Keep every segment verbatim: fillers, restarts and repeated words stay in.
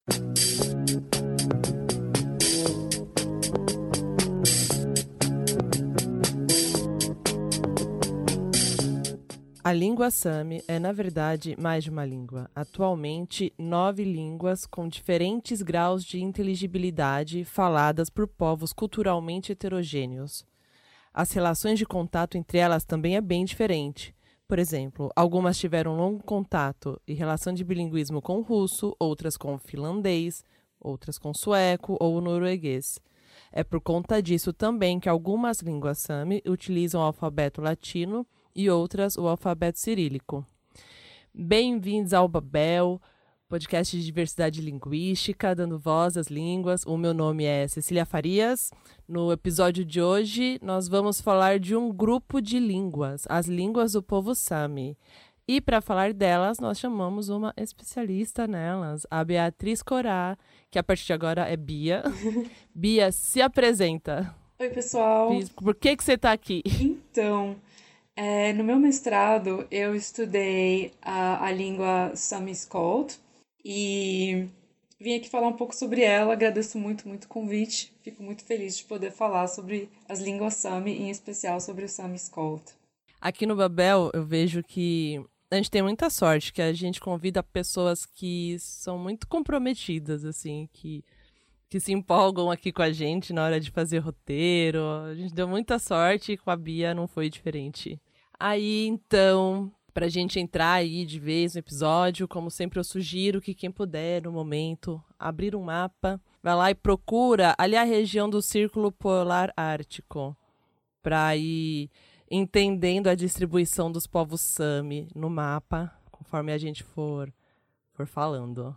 A língua Sami é, na verdade, mais de uma língua. Atualmente, nove línguas com diferentes graus de inteligibilidade faladas por povos culturalmente heterogêneos. As relações de contato entre elas também é bem diferente. Por exemplo, algumas tiveram longo contato e relação de bilinguismo com o russo, outras com o finlandês, outras com o sueco ou o norueguês. É por conta disso também que algumas línguas Sami utilizam o alfabeto latino e outras o alfabeto cirílico. Bem-vindos ao Babel, podcast de diversidade linguística, dando voz às línguas. O meu nome é Cecília Farias. No episódio de hoje, nós vamos falar de um grupo de línguas, as línguas do povo Sami. E para falar delas, nós chamamos uma especialista nelas, a Beatriz Corá, que a partir de agora é Bia. Bia, se apresenta. Oi, pessoal. Por que que você está aqui? Então, é, no meu mestrado, eu estudei a, a língua Sami-Skolt e vim aqui falar um pouco sobre ela. Agradeço muito, muito o convite. Fico muito feliz de poder falar sobre as línguas Sami, em especial sobre o Sami-Skolt. Aqui no Babel, eu vejo que a gente tem muita sorte, que a gente convida pessoas que são muito comprometidas, assim, que, que se empolgam aqui com a gente na hora de fazer roteiro. A gente deu muita sorte e com a Bia não foi diferente. Aí, então, pra gente entrar aí de vez no episódio, como sempre eu sugiro que quem puder, no momento, abrir um mapa, vai lá e procura ali a região do Círculo Polar Ártico, pra ir entendendo a distribuição dos povos Sami no mapa, conforme a gente for, for falando.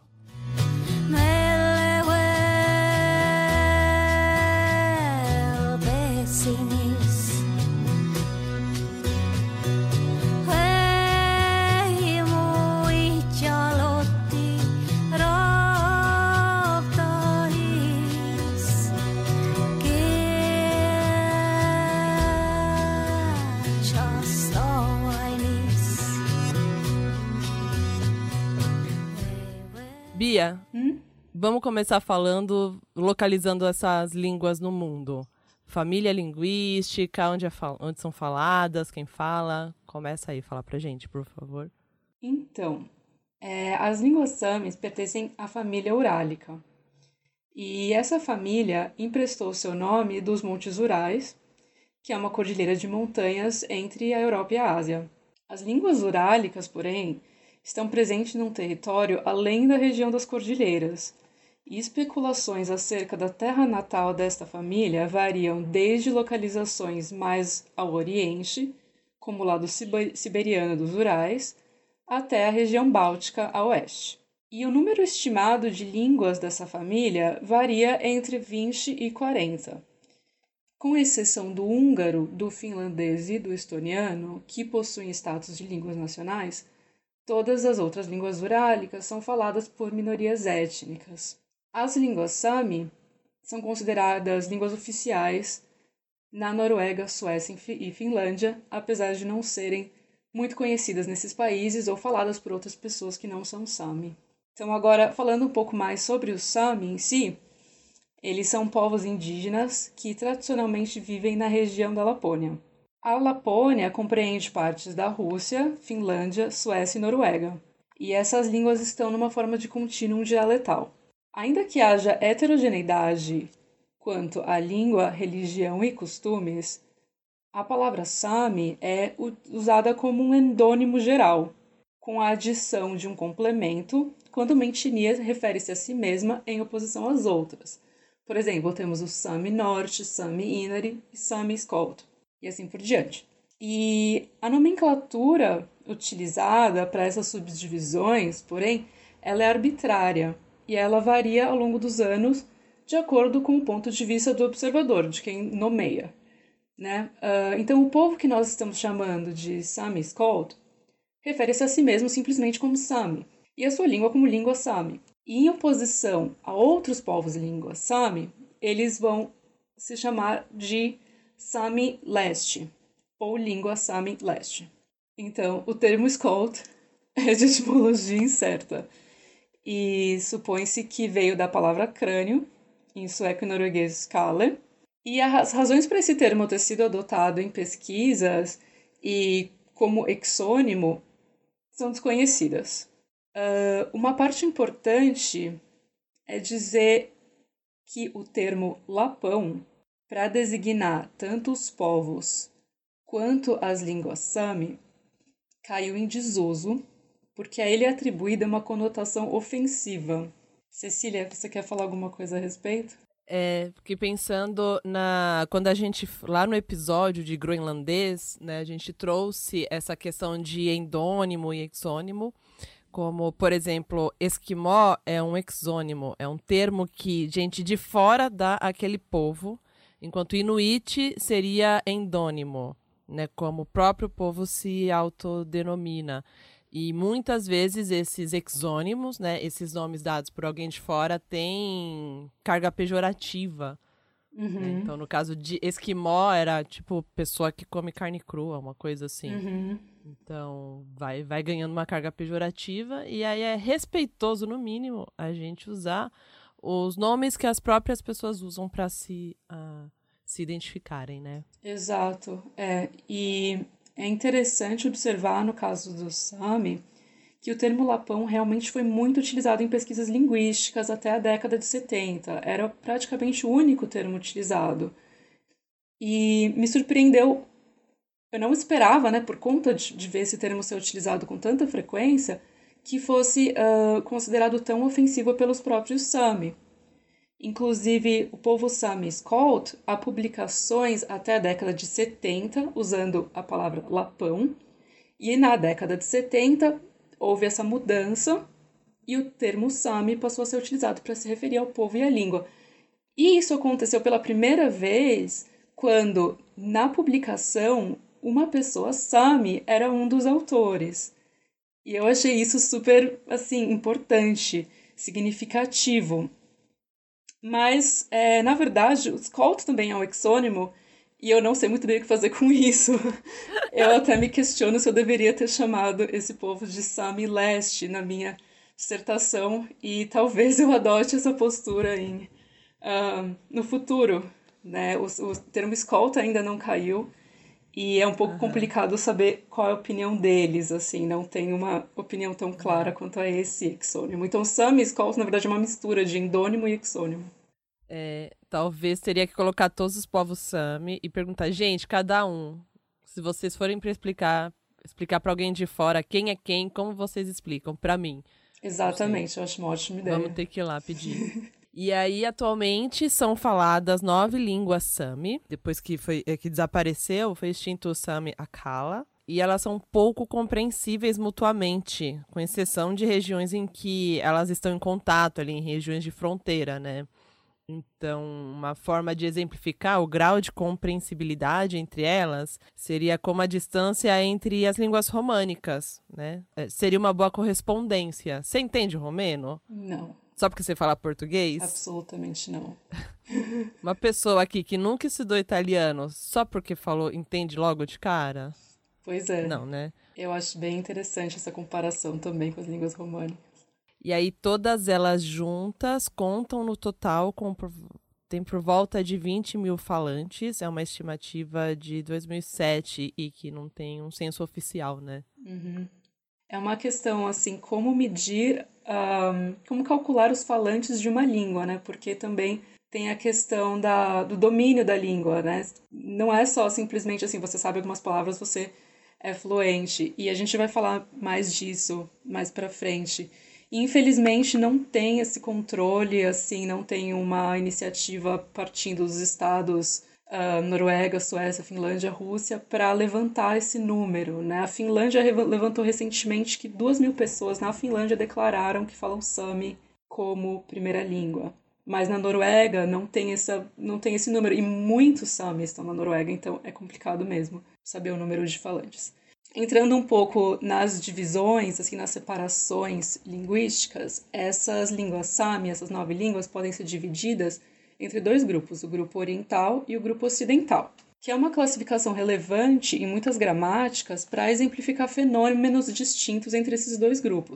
Bia, Hum? Vamos começar falando, localizando essas línguas no mundo. Família linguística, onde, é fal- onde são faladas, quem fala. Começa aí, fala pra gente, por favor. Então, é, as línguas Samis pertencem à família Urálica. E essa família emprestou seu nome dos Montes Urais, que é uma cordilheira de montanhas entre a Europa e a Ásia. As línguas urálicas, porém, estão presentes num território além da região das cordilheiras, e especulações acerca da terra natal desta família variam desde localizações mais ao oriente, como o lado siberiano dos Urais, até a região báltica a oeste. E o número estimado de línguas dessa família varia entre vinte e quarenta. Com exceção do húngaro, do finlandês e do estoniano, que possuem status de línguas nacionais, todas as outras línguas urálicas são faladas por minorias étnicas. As línguas Sami são consideradas línguas oficiais na Noruega, Suécia e Finlândia, apesar de não serem muito conhecidas nesses países ou faladas por outras pessoas que não são Sami. Então, agora, falando um pouco mais sobre os Sami em si, eles são povos indígenas que tradicionalmente vivem na região da Lapônia. A Lapônia compreende partes da Rússia, Finlândia, Suécia e Noruega, e essas línguas estão numa forma de contínuo dialetal. Ainda que haja heterogeneidade quanto à língua, religião e costumes, a palavra Sami é usada como um endônimo geral, com a adição de um complemento quando uma etnia refere-se a si mesma em oposição às outras. Por exemplo, temos o Sami Norte, Sami Inari e Sami Skolt, e assim por diante. E a nomenclatura utilizada para essas subdivisões, porém, ela é arbitrária e ela varia ao longo dos anos de acordo com o ponto de vista do observador, de quem nomeia. Né? Uh, então, o povo que nós estamos chamando de Sami Skolt refere-se a si mesmo simplesmente como Sami, e a sua língua como língua Sami. E em oposição a outros povos de língua Sami, eles vão se chamar de Sami Leste, ou língua Sami Leste. Então, o termo Skolt é de etimologia incerta. e supõe-se que veio da palavra crânio, em sueco e norueguês skalle. E as razões para esse termo ter sido adotado em pesquisas e como exônimo são desconhecidas. Uh, uma parte importante é dizer que o termo lapão, para designar tanto os povos quanto as línguas Sami, caiu em desuso, porque a ele é atribuída uma conotação ofensiva. Cecília, você quer falar alguma coisa a respeito? É, fiquei pensando na quando a gente, lá no episódio de groenlandês, né, a gente trouxe essa questão de endônimo e exônimo, como, por exemplo, esquimó é um exônimo, é um termo que gente de fora dá àquele povo, enquanto inuit seria endônimo, né, como o próprio povo se autodenomina. E muitas vezes esses exônimos, né, esses nomes dados por alguém de fora, têm carga pejorativa. Uhum. Né? Então, no caso de esquimó, era tipo pessoa que come carne crua, uma coisa assim. Uhum. Então, vai, vai ganhando uma carga pejorativa. E aí é respeitoso, no mínimo, a gente usar os nomes que as próprias pessoas usam para se, uh, se identificarem, né? Exato. É, e é interessante observar, no caso do Sami, que o termo lapão realmente foi muito utilizado em pesquisas linguísticas até a década de setenta. Era praticamente o único termo utilizado. E me surpreendeu, eu não esperava, né, por conta de, de ver esse termo ser utilizado com tanta frequência, que fosse uh, considerado tão ofensivo pelos próprios Sami. Inclusive, o povo Sami Skolt há publicações até a década de setenta usando a palavra lapão, e na década de setenta houve essa mudança e o termo Sami passou a ser utilizado para se referir ao povo e à língua. E isso aconteceu pela primeira vez quando, na publicação, uma pessoa Sami era um dos autores. E eu achei isso super, assim, importante, significativo. Mas, é, na verdade, o Skolt também é um exônimo e eu não sei muito bem o que fazer com isso. Eu até me questiono se eu deveria ter chamado esse povo de Sami Leste na minha dissertação e talvez eu adote essa postura em, uh, no futuro. Né? O, o termo escolta ainda não caiu e é um pouco uhum. complicado saber qual é a opinião deles, assim, não tem uma opinião tão clara uhum. quanto a esse exônimo. Então, Sami e Skolt, na verdade, é uma mistura de endônimo e exônimo. É, talvez teria que colocar todos os povos Sami e perguntar, gente, cada um, se vocês forem para explicar, explicar para alguém de fora quem é quem, como vocês explicam para mim? Exatamente, eu acho uma ótima ideia. Vamos ter que ir lá pedir. E aí, atualmente, são faladas nove línguas Sami. Depois que, foi, que desapareceu, foi extinto o Sami Akala. E elas são pouco compreensíveis mutuamente, com exceção de regiões em que elas estão em contato, ali em regiões de fronteira, né? Então, uma forma de exemplificar o grau de compreensibilidade entre elas seria como a distância entre as línguas românicas, né? Seria uma boa correspondência. Você entende romeno? Não. Só porque você fala português? Absolutamente não. Uma pessoa aqui que nunca estudou italiano, só porque falou, entende logo de cara? Pois é. Não, né? Eu acho bem interessante essa comparação também com as línguas românicas. E aí todas elas juntas contam no total com tem por volta de vinte mil falantes. É uma estimativa de dois mil e sete e que não tem um censo oficial, né? Uhum. É uma questão, assim, como medir, um, como calcular os falantes de uma língua, né? Porque também tem a questão da, do domínio da língua, né? Não é só simplesmente assim, você sabe algumas palavras, você é fluente. E a gente vai falar mais disso mais pra frente. E, infelizmente, não tem esse controle, assim, não tem uma iniciativa partindo dos estados Uh, Noruega, Suécia, Finlândia, Rússia, para levantar esse número, né? A Finlândia levantou recentemente que duas mil pessoas na Finlândia declararam que falam Sami como primeira língua. Mas na Noruega não tem, essa, não tem esse número, e muitos Sami estão na Noruega, então é complicado mesmo saber o número de falantes. Entrando um pouco nas divisões, assim, nas separações linguísticas, essas línguas Sami, essas nove línguas, podem ser divididas entre dois grupos, o grupo oriental e o grupo ocidental, que é uma classificação relevante em muitas gramáticas para exemplificar fenômenos distintos entre esses dois grupos.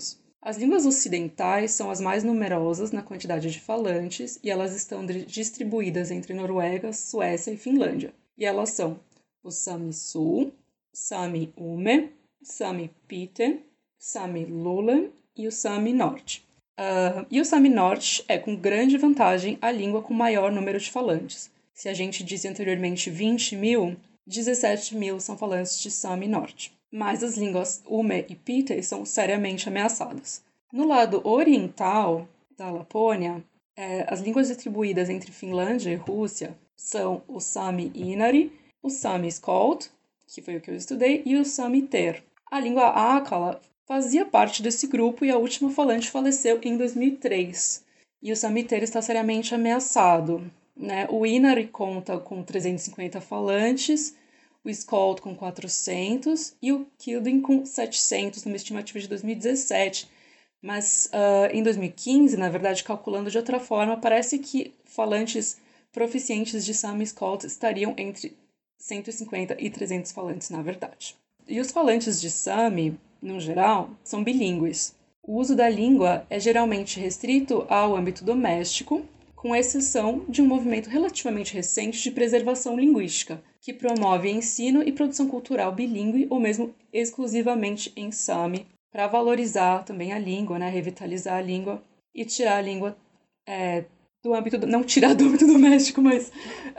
As línguas ocidentais são as mais numerosas na quantidade de falantes e elas estão distribuídas entre Noruega, Suécia e Finlândia. E elas são o Sami Sul, Sami Ume, Sami Pite, Sami Lulen e o Sami Norte. Uh, e o Sami Norte é, com grande vantagem, a língua com maior número de falantes. Se a gente disse anteriormente vinte mil, dezessete mil são falantes de Sami Norte. Mas as línguas Ume e Pite são seriamente ameaçadas. No lado oriental da Lapônia, é, as línguas distribuídas entre Finlândia e Rússia são o Sami Inari, o Sami Skolt, que foi o que eu estudei, e o Sami Ter. A língua Akala fazia parte desse grupo e a última falante faleceu em dois mil e três. E o Sami Ter está seriamente ameaçado, né? O Inari conta com trezentos e cinquenta falantes, o Skolt com quatrocentos e o Kildin com setecentos, numa estimativa de dois mil e dezessete. Mas uh, em dois mil e quinze, na verdade, calculando de outra forma, parece que falantes proficientes de Sami Skolt estariam entre cento e cinquenta e trezentos falantes, na verdade. E os falantes de Sami, no geral, são bilíngues. O uso da língua é geralmente restrito ao âmbito doméstico, com exceção de um movimento relativamente recente de preservação linguística, que promove ensino e produção cultural bilíngue ou mesmo exclusivamente em Sami, para valorizar também a língua, né, revitalizar a língua e tirar a língua é, do âmbito, do, não tirar do âmbito doméstico, mas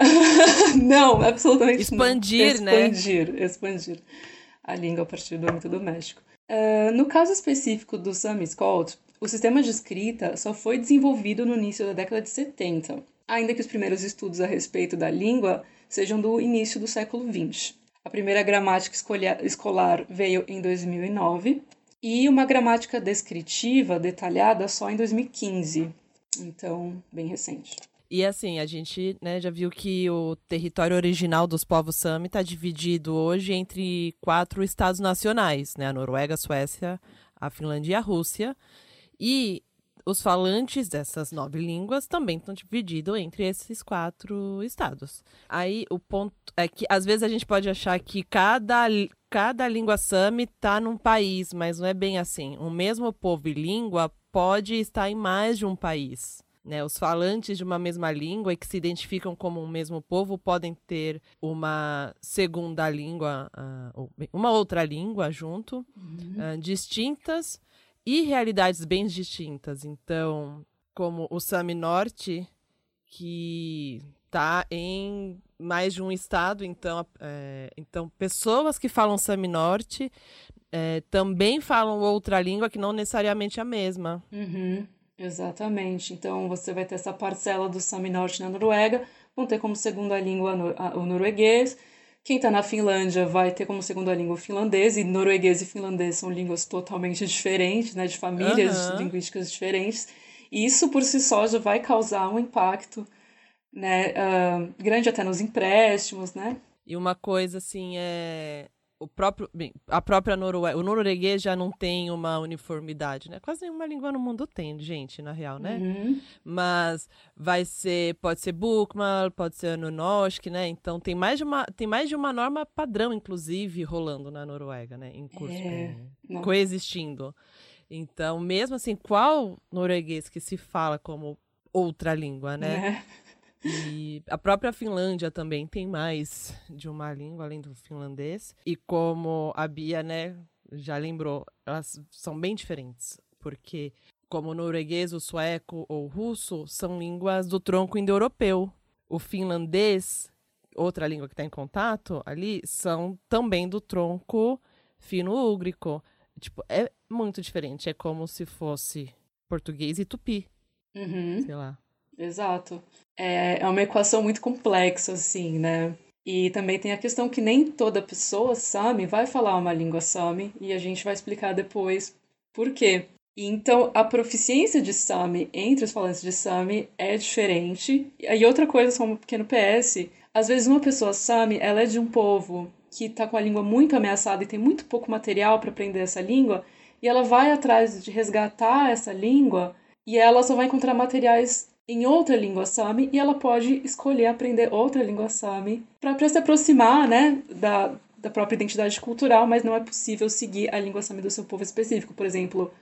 não, absolutamente expandir, não. Expandir, né? Expandir a língua a partir do âmbito doméstico. Uh, no caso específico do Sami Skolt, o sistema de escrita só foi desenvolvido no início da década de setenta, ainda que os primeiros estudos a respeito da língua sejam do início do século vinte. A primeira gramática escolar veio em dois mil e nove e uma gramática descritiva detalhada só em dois mil e quinze. Então, bem recente. E assim, a gente, né, já viu que o território original dos povos Sami está dividido hoje entre quatro estados nacionais, né? A Noruega, a Suécia, a Finlândia e a Rússia. E os falantes dessas nove línguas também estão divididos entre esses quatro estados. Aí o ponto é que às vezes a gente pode achar que cada, cada língua Sami está num país, mas não é bem assim. O mesmo povo e língua pode estar em mais de um país. Né, os falantes de uma mesma língua e que se identificam como um mesmo povo podem ter uma segunda língua, uh, uma outra língua junto, uhum. uh, distintas e realidades bem distintas. Então, como o Sami Norte, que está em mais de um estado, então, é, então pessoas que falam Sami Norte é, também falam outra língua que não necessariamente é a mesma. Uhum. Exatamente. Então, você vai ter essa parcela do Sami Norte na Noruega, vão ter como segunda língua o norueguês. Quem está na Finlândia vai ter como segunda língua o finlandês, e norueguês e finlandês são línguas totalmente diferentes, né, de famílias uhum. linguísticas diferentes. E isso, por si só, já vai causar um impacto, né, uh, grande até nos empréstimos, né? E uma coisa, assim, é... O próprio, bem, a própria Noruega, o norueguês já não tem uma uniformidade, né? Quase nenhuma língua no mundo tem, gente, na real, né? Uhum. Mas vai ser, pode ser Bokmål, pode ser Nynorsk, né? Então tem mais de uma, tem mais de uma norma padrão, inclusive, rolando na Noruega, né? Em curso, é, é, coexistindo. Então, mesmo assim, qual norueguês que se fala como outra língua, né? É. E a própria Finlândia também tem mais de uma língua, além do finlandês. E como a Bia, né, já lembrou, elas são bem diferentes. Porque como o norueguês, o sueco ou o russo são línguas do tronco indo-europeu. O finlandês, outra língua que está em contato ali, são também do tronco fino-úgrico. Tipo, é muito diferente. É como se fosse português e tupi. Uhum. Sei lá. Exato. É, é uma equação muito complexa, assim, né? E também tem a questão que nem toda pessoa Sami vai falar uma língua Sami, e a gente vai explicar depois por quê. E então, a proficiência de Sami entre os falantes de Sami é diferente. E outra coisa, só um pequeno P S, às vezes uma pessoa Sami, ela é de um povo que está com a língua muito ameaçada e tem muito pouco material para aprender essa língua, e ela vai atrás de resgatar essa língua, e ela só vai encontrar materiais em outra língua Sami, e ela pode escolher aprender outra língua Sami para se aproximar, né, da, da própria identidade cultural, mas não é possível seguir a língua Sami do seu povo específico. Por exemplo,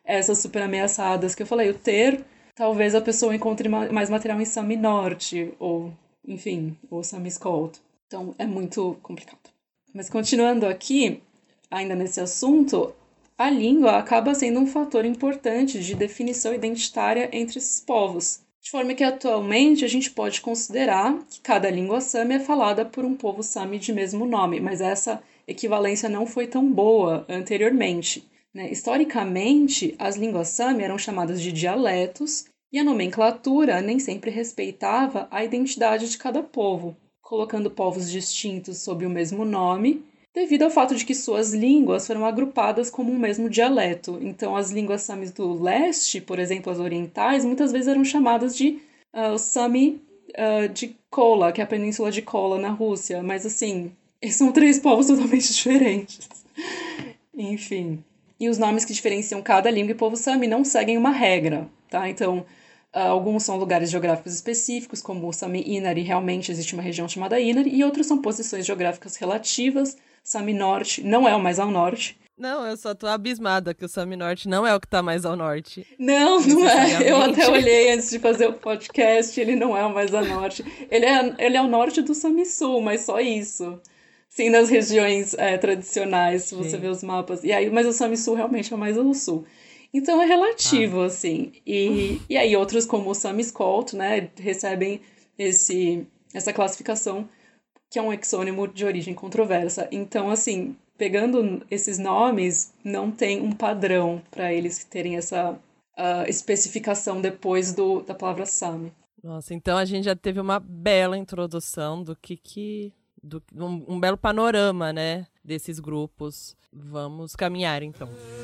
essas super ameaçadas que eu falei. O ter, talvez a pessoa encontre mais material em Sami Norte, ou, enfim, ou Sami Skolt. Então, é muito complicado. Mas continuando aqui, ainda nesse assunto, a língua acaba sendo um fator importante de definição identitária entre esses povos. De forma que, atualmente, a gente pode considerar que cada língua Sami é falada por um povo Sami de mesmo nome, mas essa equivalência não foi tão boa anteriormente. Né? Historicamente, as línguas Sami eram chamadas de dialetos e a nomenclatura nem sempre respeitava a identidade de cada povo, colocando povos distintos sob o mesmo nome, devido ao fato de que suas línguas foram agrupadas como um mesmo dialeto. Então, as línguas Samis do leste, por exemplo, as orientais, muitas vezes eram chamadas de uh, Sami uh, de Kola, que é a península de Kola, na Rússia. Mas, assim, esses são três povos totalmente diferentes. Enfim. E os nomes que diferenciam cada língua e povo Sami não seguem uma regra, tá? Então, uh, alguns são lugares geográficos específicos, como o Sami Inari, realmente existe uma região chamada Inari, e outros são posições geográficas relativas. Sami Norte não é o mais ao norte. Não, eu só tô abismada que o Sami Norte não é o que tá mais ao norte. Não, não é. Eu até olhei antes de fazer o podcast, ele não é o mais ao norte. Ele é, ele é ao norte do Sami Sul, mas só isso. Sim, nas regiões é, tradicionais, se você Sim. vê os mapas. E aí, mas o Sami Sul realmente é mais ao sul. Então é relativo, ah. assim. E, e aí outros, como o Sami Skolt, né, recebem esse, essa classificação, que é um exônimo de origem controversa. Então, assim, pegando esses nomes, não tem um padrão para eles terem essa uh, especificação depois do, da palavra Sami. Nossa, então a gente já teve uma bela introdução do que que... Do, um, um belo panorama, né, desses grupos. Vamos caminhar, então.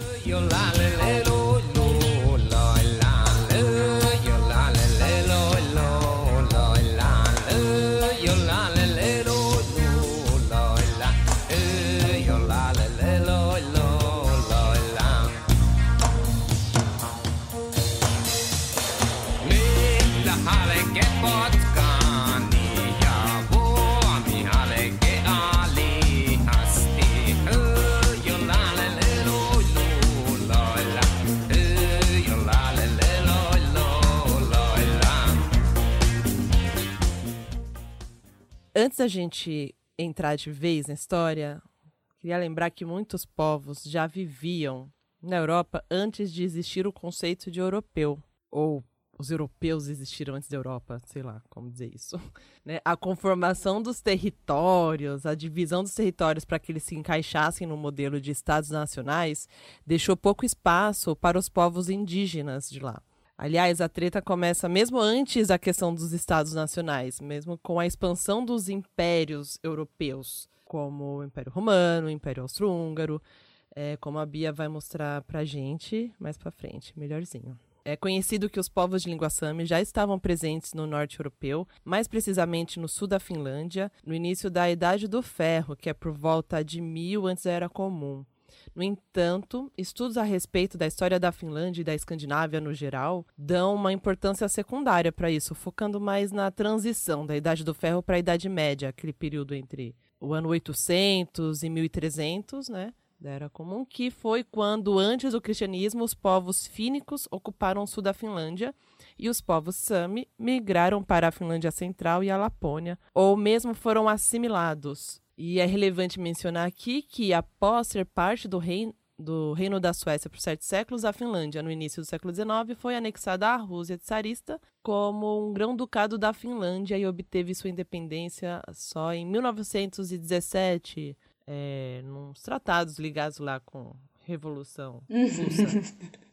Antes da gente entrar de vez na história, queria lembrar que muitos povos já viviam na Europa antes de existir o conceito de europeu. Ou os europeus existiram antes da Europa, sei lá como dizer isso. Né? A conformação dos territórios, a divisão dos territórios para que eles se encaixassem no modelo de estados nacionais, deixou pouco espaço para os povos indígenas de lá. Aliás, a treta começa mesmo antes da questão dos estados nacionais, mesmo com a expansão dos impérios europeus, como o Império Romano, o Império Austro-Húngaro, é, como a Bia vai mostrar pra gente mais pra frente, melhorzinho. É conhecido que os povos de língua Sami já estavam presentes no norte europeu, mais precisamente no sul da Finlândia, no início da Idade do Ferro, que é por volta de mil antes da Era Comum. No entanto, estudos a respeito da história da Finlândia e da Escandinávia no geral dão uma importância secundária para isso, focando mais na transição da Idade do Ferro para a Idade Média, aquele período entre o ano oitocentos e mil e trezentos, né, da Era Comum, que foi quando, antes do cristianismo, os povos fínicos ocuparam o sul da Finlândia e os povos Sami migraram para a Finlândia Central e a Lapônia, ou mesmo foram assimilados. E é relevante mencionar aqui que, após ser parte do reino, do reino da Suécia por sete séculos, a Finlândia, no início do século dezenove, foi anexada à Rússia tsarista como um grão-ducado da Finlândia e obteve sua independência só em mil novecentos e dezessete, é, nos tratados ligados lá com a Revolução Russa,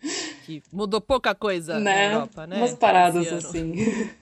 que mudou pouca coisa né? na Europa, né? Umas paradas assim.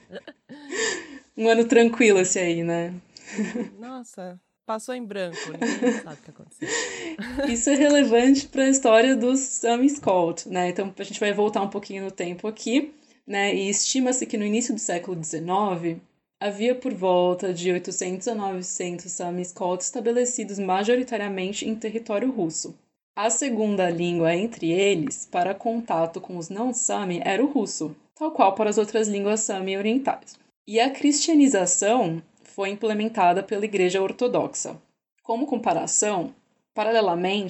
Um ano tranquilo esse aí, né? Nossa... Passou em branco, ninguém sabe o que aconteceu. Isso é relevante para a história dos Sami Skolt, né? Então, a gente vai voltar um pouquinho no tempo aqui, né? E estima-se que no início do século dezenove, havia por volta de oitocentos a novecentos Sami Skolt estabelecidos majoritariamente em território russo. A segunda língua entre eles, para contato com os não-Sami, era o russo, tal qual para as outras línguas Sami orientais. E a cristianização foi implementada pela Igreja Ortodoxa. Como comparação, paralelamente,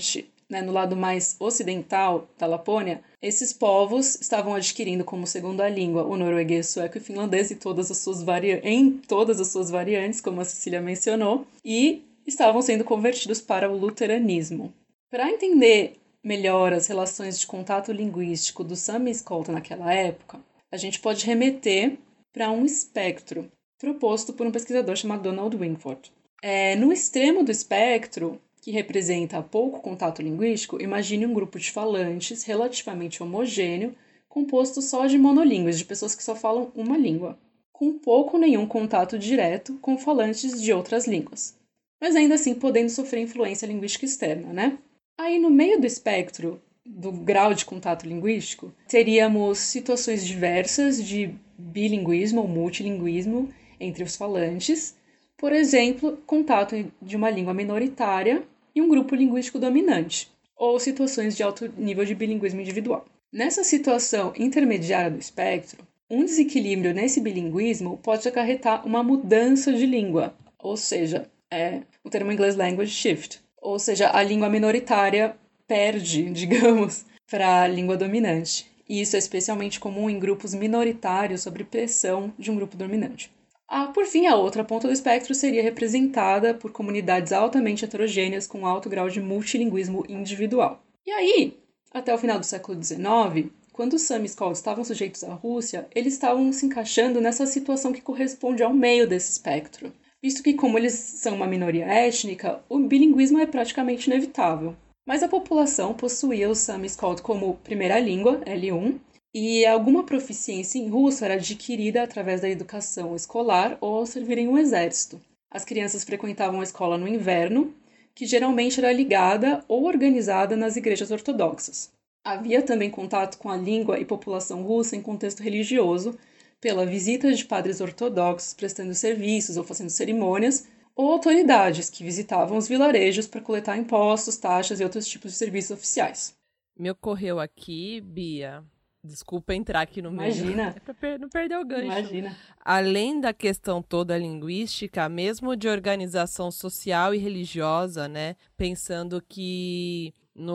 né, no lado mais ocidental da Lapônia, esses povos estavam adquirindo como segunda língua o norueguês, sueco e finlandês e todas as suas varia- em todas as suas variantes, como a Cecília mencionou, e estavam sendo convertidos para o luteranismo. Para entender melhor as relações de contato linguístico do Sami escolta naquela época, a gente pode remeter para um espectro proposto por um pesquisador chamado Donald Wingford. É, no extremo do espectro, que representa pouco contato linguístico, imagine um grupo de falantes relativamente homogêneo, composto só de monolíngues, de pessoas que só falam uma língua, com pouco ou nenhum contato direto com falantes de outras línguas, mas ainda assim podendo sofrer influência linguística externa, né? Aí, no meio do espectro do grau de contato linguístico, teríamos situações diversas de bilinguismo ou multilinguismo entre os falantes, por exemplo, contato de uma língua minoritária e um grupo linguístico dominante, ou situações de alto nível de bilinguismo individual. Nessa situação intermediária do espectro, um desequilíbrio nesse bilinguismo pode acarretar uma mudança de língua, ou seja, é o termo em inglês language shift, ou seja, a língua minoritária perde, digamos, para a língua dominante. E isso é especialmente comum em grupos minoritários sob pressão de um grupo dominante. Ah, por fim, a outra ponta do espectro seria representada por comunidades altamente heterogêneas com alto grau de multilinguismo individual. E aí, até o final do século dezenove, quando os Sami escoltas estavam sujeitos à Rússia, eles estavam se encaixando nessa situação que corresponde ao meio desse espectro, visto que, como eles são uma minoria étnica, o bilinguismo é praticamente inevitável. Mas a população possuía o Sami escolta como primeira língua, L um, e alguma proficiência em russo era adquirida através da educação escolar ou ao servir em um exército. As crianças frequentavam a escola no inverno, que geralmente era ligada ou organizada nas igrejas ortodoxas. Havia também contato com a língua e população russa em contexto religioso, pela visita de padres ortodoxos prestando serviços ou fazendo cerimônias, ou autoridades que visitavam os vilarejos para coletar impostos, taxas e outros tipos de serviços oficiais. Me ocorreu aqui, Bia... Desculpa entrar aqui no meio. Imagina. É pra per- não perder o gancho. Imagina. Além da questão toda linguística, mesmo de organização social e religiosa, né? Pensando que no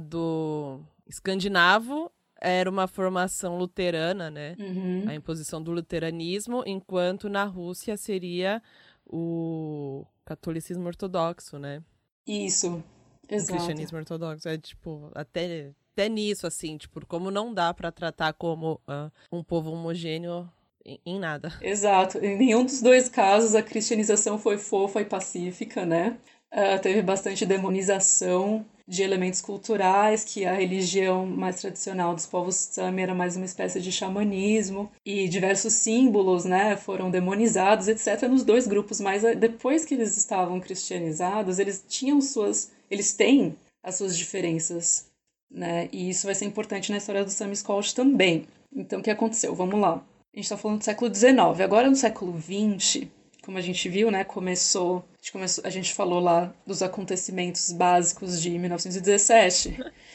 lado escandinavo era uma formação luterana, né? Uhum. A imposição do luteranismo, enquanto na Rússia seria o catolicismo ortodoxo, né? Isso, exato. O cristianismo ortodoxo. É tipo, até... Até nisso, assim, tipo, como não dá pra tratar como uh, um povo homogêneo em, em nada. Exato. Em nenhum dos dois casos a cristianização foi fofa e pacífica, né? Uh, teve bastante demonização de elementos culturais, que a religião mais tradicional dos povos Sami era mais uma espécie de xamanismo, e diversos símbolos, né, foram demonizados, etcétera, nos dois grupos, mas depois que eles estavam cristianizados, eles tinham suas... eles têm as suas diferenças, né? E isso vai ser importante na história do Sami escolta também. Então, o que aconteceu? Vamos lá. A gente está falando do século dezenove. Agora, no século vinte, como a gente viu, né, começou a, gente começou... a gente falou lá dos acontecimentos básicos de mil novecentos e dezessete.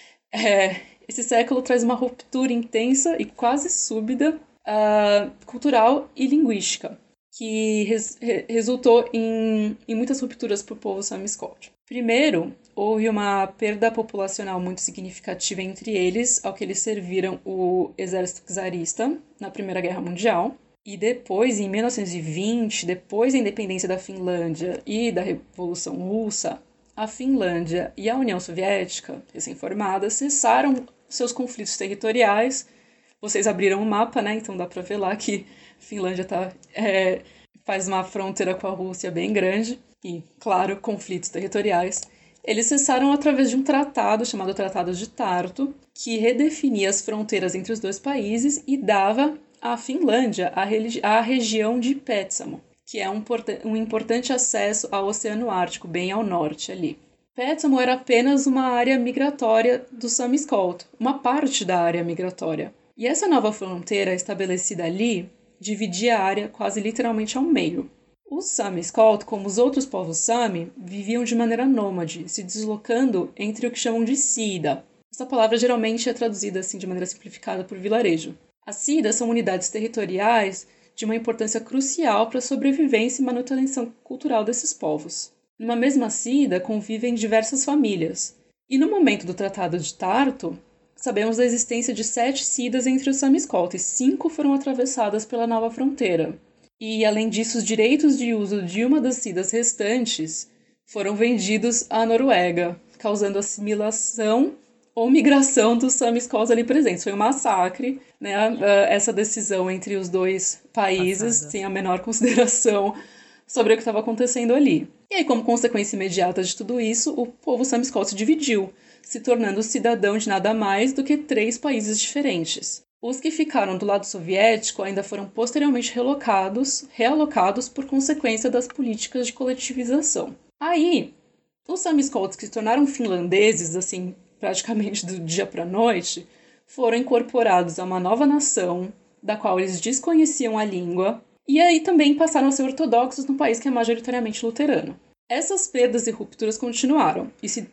É... Esse século traz uma ruptura intensa e quase súbita uh, cultural e linguística, que res... resultou em... em muitas rupturas para o povo Sami escolta. Primeiro, houve uma perda populacional muito significativa entre eles, ao que eles serviram o exército czarista na Primeira Guerra Mundial. E depois, em mil novecentos e vinte, depois da independência da Finlândia e da Revolução Russa, a Finlândia e a União Soviética, recém-formadas, cessaram seus conflitos territoriais. Vocês abriram o mapa, né? Então dá para ver lá que a Finlândia tá, é, faz uma fronteira com a Rússia bem grande. E, claro, conflitos territoriais. Eles cessaram através de um tratado chamado Tratado de Tartu, que redefinia as fronteiras entre os dois países e dava à Finlândia a, religi- a região de Petsamo, que é um, porta- um importante acesso ao Oceano Ártico, bem ao norte ali. Petsamo era apenas uma área migratória do Sami escolta, uma parte da área migratória. E essa nova fronteira estabelecida ali dividia a área quase literalmente ao meio. Os Sami escolta, como os outros povos Sami, viviam de maneira nômade, se deslocando entre o que chamam de Sida. Essa palavra geralmente é traduzida assim de maneira simplificada por vilarejo. As Sidas são unidades territoriais de uma importância crucial para a sobrevivência e manutenção cultural desses povos. Numa mesma Sida convivem diversas famílias, E no momento do Tratado de Tartu, sabemos da existência de sete cidas entre os Sami-Scout e cinco foram atravessadas pela nova fronteira. E, além disso, os direitos de uso de uma das cidas restantes foram vendidos à Noruega, causando assimilação ou migração dos Sami-Scout ali presentes. Foi um massacre, né? Essa decisão entre os dois países, Passada. sem a menor consideração sobre o que estava acontecendo ali. E aí, como consequência imediata de tudo isso, o povo Sami-Scout se dividiu, se tornando cidadão de nada mais do que três países diferentes. Os que ficaram do lado soviético ainda foram posteriormente relocados, realocados por consequência das políticas de coletivização. Aí, os Sami-Scouts que se tornaram finlandeses, assim, praticamente do dia para a noite, foram incorporados a uma nova nação, da qual eles desconheciam a língua, e aí também passaram a ser ortodoxos no país que é majoritariamente luterano. Essas perdas e rupturas continuaram e se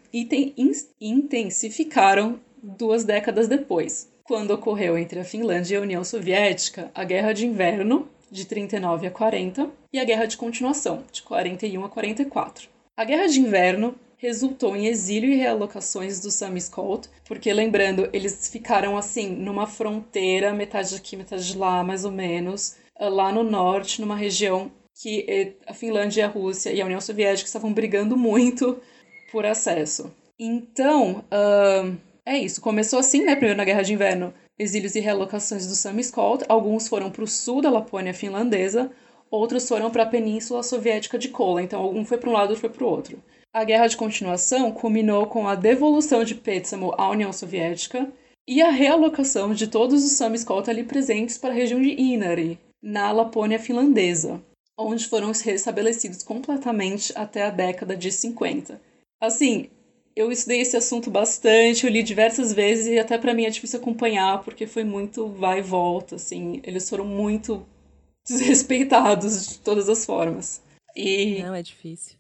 intensificaram duas décadas depois, quando ocorreu entre a Finlândia e a União Soviética a Guerra de Inverno, de trinta e nove a quarenta, e a Guerra de Continuação, de quarenta e um a quarenta e quatro. A Guerra de Inverno resultou em exílio e realocações dos Sami-Scout, porque, lembrando, eles ficaram assim, numa fronteira, metade aqui, metade lá, mais ou menos, lá no norte, numa região que a Finlândia, a Rússia e a União Soviética estavam brigando muito por acesso. Então, uh, é isso. Começou assim, né? Primeiro na Guerra de Inverno, exílios e realocações do Sami-Scout. Alguns foram para o sul da Lapônia finlandesa, outros foram para a Península Soviética de Kola. Então, um foi para um lado, outro foi para o outro. A Guerra de Continuação culminou com a devolução de Petsamo à União Soviética e a realocação de todos os Sami-Scout ali presentes para a região de Inari, na Lapônia finlandesa, onde foram restabelecidos completamente até a década de cinquenta. Assim, eu estudei esse assunto bastante, eu li diversas vezes e até para mim é difícil acompanhar, porque foi muito vai e volta, assim, eles foram muito desrespeitados de todas as formas. E Não, é difícil.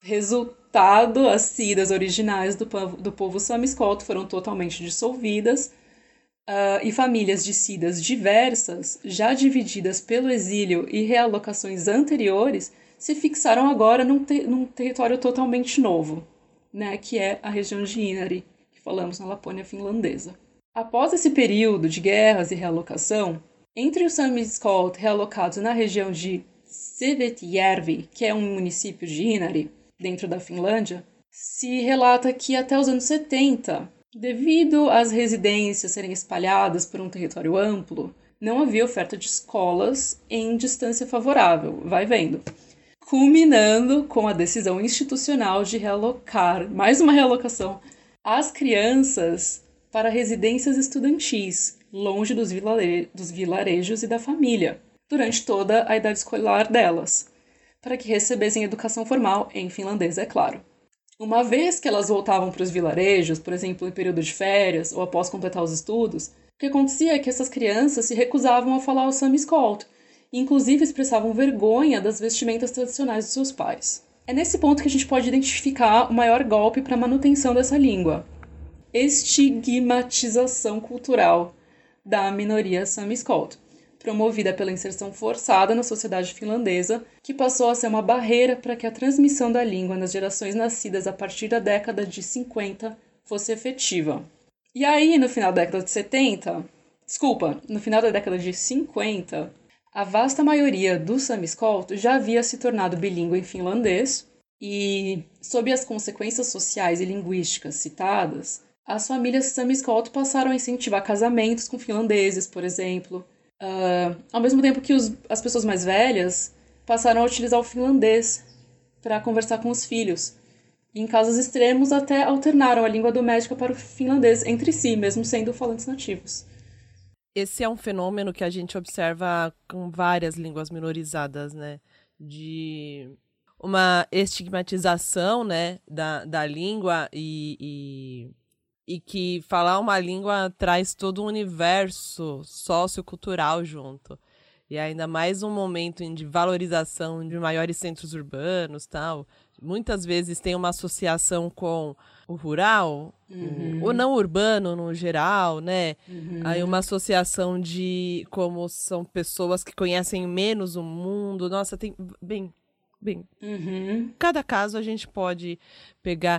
resultado, as cidas originais do povo, do povo Sami-Scout foram totalmente dissolvidas, Uh, e famílias de cidas diversas, já divididas pelo exílio e realocações anteriores, se fixaram agora num, te- num território totalmente novo, né, que é a região de Inari, que falamos na Lapônia finlandesa. Após esse período de guerras e realocação, entre os Sami-Scout realocados na região de Sevetijärvi, que é um município de Inari, dentro da Finlândia, se relata que até os anos setenta, devido às residências serem espalhadas por um território amplo, não havia oferta de escolas em distância favorável, vai vendo. Culminando com a decisão institucional de realocar, mais uma realocação, as crianças para residências estudantis, longe dos, vilare- dos vilarejos e da família, durante toda a idade escolar delas, para que recebessem educação formal em finlandês, é claro. Uma vez que elas voltavam para os vilarejos, por exemplo, em período de férias ou após completar os estudos, o que acontecia é que essas crianças se recusavam a falar o Sami-Scout e, inclusive, expressavam vergonha das vestimentas tradicionais dos seus pais. É nesse ponto que a gente pode identificar o maior golpe para a manutenção dessa língua: estigmatização cultural da minoria Sami-Scout, promovida pela inserção forçada na sociedade finlandesa, que passou a ser uma barreira para que a transmissão da língua nas gerações nascidas a partir da década de cinquenta fosse efetiva. E aí, no final da década de setenta, desculpa, no final da década de cinquenta, a vasta maioria dos Sami-Scout já havia se tornado bilíngue em finlandês e, sob as consequências sociais e linguísticas citadas, as famílias Sami-Scout passaram a incentivar casamentos com finlandeses, por exemplo, Uh, ao mesmo tempo que os, as pessoas mais velhas passaram a utilizar o finlandês para conversar com os filhos. E, em casos extremos, até alternaram a língua doméstica para o finlandês entre si, mesmo sendo falantes nativos. Esse é um fenômeno que a gente observa com várias línguas minorizadas, né? De uma estigmatização, né, da, da língua e... e... E que falar uma língua traz todo um universo sociocultural junto. E ainda mais um momento de valorização de maiores centros urbanos, tal. Muitas vezes tem uma associação com o rural, Uhum. o, o não urbano no geral, né? Uhum. Aí uma associação de como são pessoas que conhecem menos o mundo. Nossa, tem... Bem, bem... Uhum. Cada caso a gente pode pegar...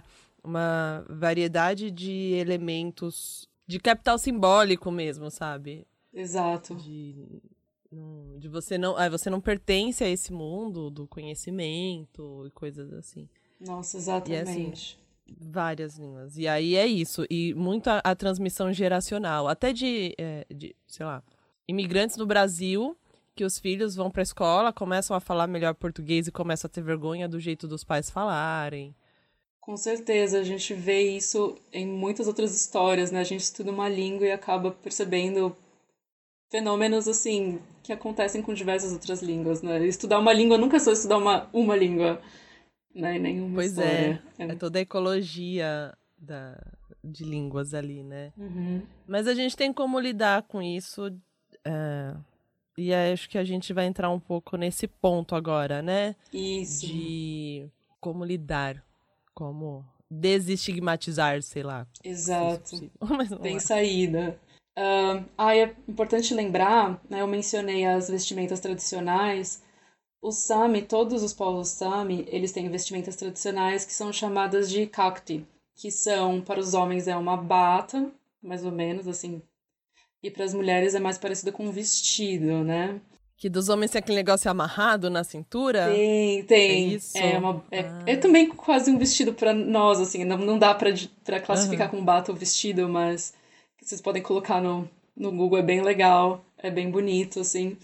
uma variedade de elementos de capital simbólico mesmo, sabe? Exato. De, de você não, ah, você não pertence a esse mundo do conhecimento e coisas assim. Nossa, exatamente. E, assim, várias línguas. E aí é isso. E muito a, a transmissão geracional. Até de, é, de, sei lá, imigrantes no Brasil, que os filhos vão pra escola, começam a falar melhor português e começam a ter vergonha do jeito dos pais falarem. Com certeza, a gente vê isso em muitas outras histórias, né? A gente estuda uma língua e acaba percebendo fenômenos, assim, que acontecem com diversas outras línguas, né? Estudar uma língua nunca é só estudar uma, uma língua, né? Nenhuma Pois história. é, é toda a ecologia da, de línguas ali, né? Uhum. Mas a gente tem como lidar com isso, é, e acho que a gente vai entrar um pouco nesse ponto agora, né? Isso. De como lidar, como desestigmatizar, sei lá. Exato. Se Mas Tem é. saída. Uh, ah, é importante lembrar, né? Eu mencionei as vestimentas tradicionais. Os Sami, todos os povos Sami, eles têm vestimentas tradicionais que são chamadas de kakti, que são, para os homens, é uma bata, mais ou menos, assim, e para as mulheres é mais parecido com um vestido, né? Que dos homens tem aquele negócio amarrado na cintura? Tem, tem. É isso? É, uma, é, ah. é também quase um vestido para nós, assim, não, não dá para classificar Uhum. como bata ou vestido, mas vocês podem colocar no, no Google, é bem legal, é bem bonito, assim.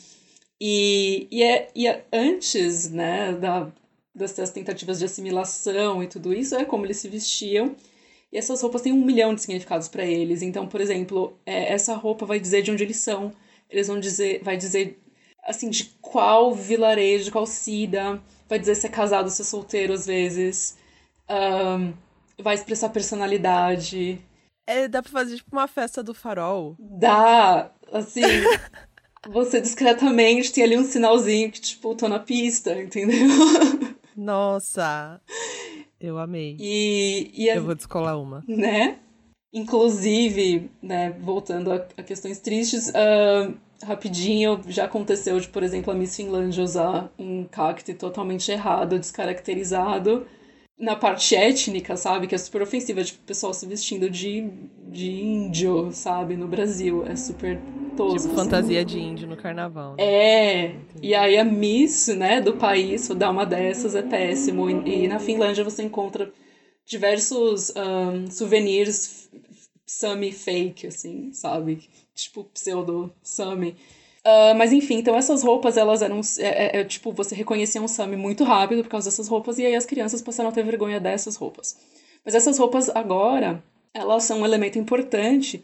E, e, é, e é antes, né, da, dessas tentativas de assimilação e tudo isso, é como eles se vestiam. E essas roupas têm um milhão de significados para eles. Então, por exemplo, é, essa roupa vai dizer de onde eles são. Eles vão dizer, vai dizer, assim, de qual vilarejo, de qual cida. Vai dizer se é casado, se é solteiro, às vezes. Um, vai expressar personalidade. É, dá pra fazer tipo uma festa do farol. Dá, assim... Você discretamente tem ali um sinalzinho que, tipo, tô na pista, entendeu? Nossa, eu amei. E, e eu vou descolar uma. Né? Inclusive, né, voltando a, a questões tristes, uh, rapidinho, já aconteceu de, por exemplo, a Miss Finlândia usar um cacto totalmente errado, descaracterizado, na parte étnica, sabe? Que é super ofensiva, tipo, o pessoal se vestindo de, de índio, sabe? No Brasil, é super tosco. Tipo, fantasia de índio no carnaval, né? É, entendi. E aí a Miss, né, do país, dar uma dessas é péssimo. E, e na Finlândia você encontra diversos um, souvenirs Sami fake, assim, sabe? Tipo, pseudo-Sami. Uh, mas enfim, então essas roupas, elas eram, é, é, é, tipo, você reconhecia um Sami muito rápido por causa dessas roupas, e aí as crianças passaram a ter vergonha dessas roupas. Mas essas roupas, agora, elas são um elemento importante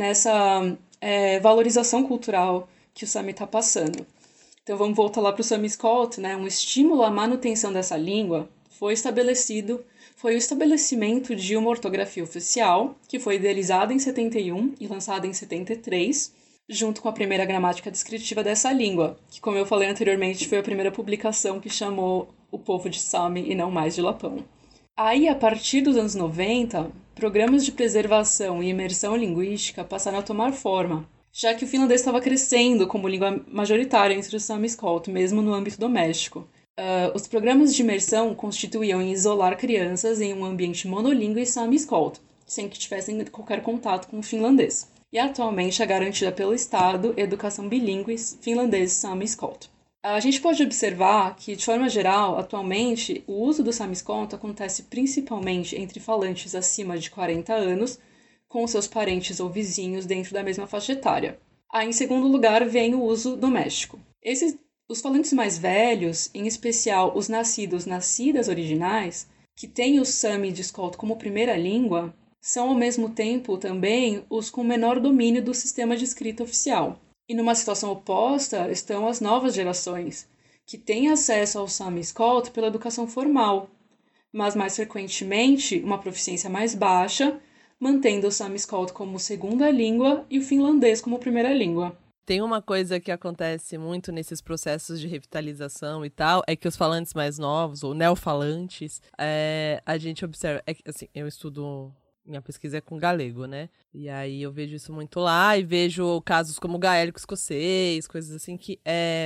nessa é, valorização cultural que o Sami está passando. Então vamos voltar lá para o Sami Skolt, né? Um estímulo à manutenção dessa língua foi estabelecido, foi o estabelecimento de uma ortografia oficial, que foi idealizada em setenta e um e lançada em setenta e três, junto com a primeira gramática descritiva dessa língua, que, como eu falei anteriormente, foi a primeira publicação que chamou o povo de Sami e não mais de Lapão. Aí, a partir dos anos noventa, programas de preservação e imersão linguística passaram a tomar forma, já que o finlandês estava crescendo como língua majoritária entre os Sami Skolt, mesmo no âmbito doméstico. Uh, os programas de imersão constituíam em isolar crianças em um ambiente monolíngue Sami Skolt, sem que tivessem qualquer contato com o finlandês. E atualmente é garantida pelo Estado educação bilíngue finlandês Sami Skolt. A gente pode observar que, de forma geral, atualmente, o uso do Sami Skolt acontece principalmente entre falantes acima de quarenta anos, com seus parentes ou vizinhos dentro da mesma faixa etária. Aí, em segundo lugar, vem o uso doméstico. Esses, os falantes mais velhos, em especial os nascidos nascidas originais, que têm o Sami de Skolt como primeira língua, são ao mesmo tempo também os com menor domínio do sistema de escrita oficial. E numa situação oposta estão as novas gerações, que têm acesso ao Sami Skolt pela educação formal, mas mais frequentemente uma proficiência mais baixa, mantendo o Sami Skolt como segunda língua e o finlandês como primeira língua. Tem uma coisa que acontece muito nesses processos de revitalização e tal, é que os falantes mais novos, ou neofalantes, é, a gente observa... É, assim, eu estudo... Minha pesquisa é com galego, né? E aí eu vejo isso muito lá e vejo casos como gaélico escocês, coisas assim que é...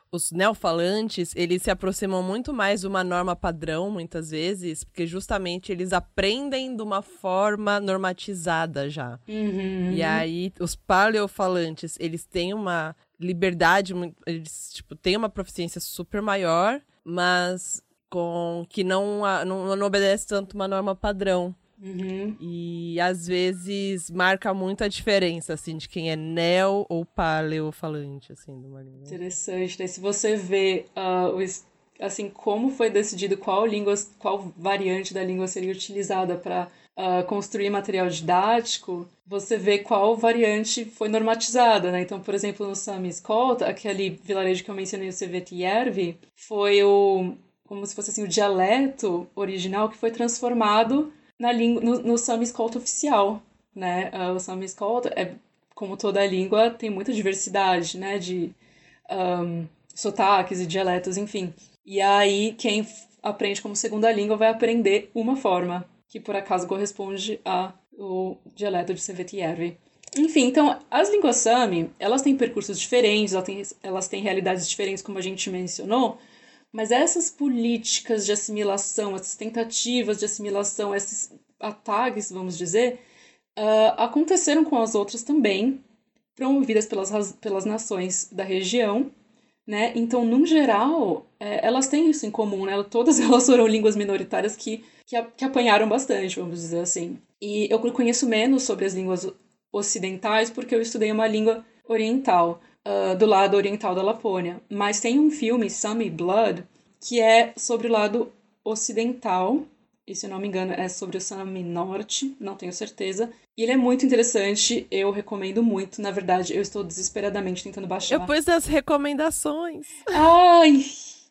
os neofalantes, eles se aproximam muito mais de uma norma padrão, muitas vezes, porque justamente eles aprendem de uma forma normatizada já. Uhum. E aí, os paleofalantes, eles têm uma liberdade, eles, tipo, têm uma proficiência super maior, mas com que não, não, não obedece tanto uma norma padrão. Uhum. E às vezes marca muito a diferença, assim, de quem é neo ou paleofalante, assim, de uma língua. Interessante. Daí, se você vê uh, os, assim, como foi decidido qual língua, qual variante da língua seria utilizada para uh, construir material didático, você vê qual variante foi normatizada, né? Então, por exemplo, no Sami Skolta, aquele vilarejo que eu mencionei, o Sevetijärvi, foi o, como se fosse assim, o dialeto original que foi transformado na língua, no, no Sami Skolta oficial, né? Uh, o Sami Skolta, é, como toda língua, tem muita diversidade, né? De um, sotaques e dialetos, enfim. E aí, quem aprende como segunda língua vai aprender uma forma, que por acaso corresponde ao dialeto de Sevetijärvi. Enfim, então, as línguas Sami, elas têm percursos diferentes, elas têm, elas têm realidades diferentes, como a gente mencionou, mas essas políticas de assimilação, essas tentativas de assimilação, esses ataques, vamos dizer, uh, aconteceram com as outras também, promovidas pelas, pelas nações da região, né? Então, no geral, é, elas têm isso em comum, né? Todas elas foram línguas minoritárias que, que, que apanharam bastante, vamos dizer assim. E eu conheço menos sobre as línguas ocidentais porque eu estudei uma língua oriental, uh, do lado oriental da Lapônia. Mas tem um filme, Sami Blood, que é sobre o lado ocidental, e se eu não me engano é sobre o Sami Norte, não tenho certeza. E ele é muito interessante, eu recomendo muito. Na verdade, eu estou desesperadamente tentando baixar. Eu pus as recomendações. Ai!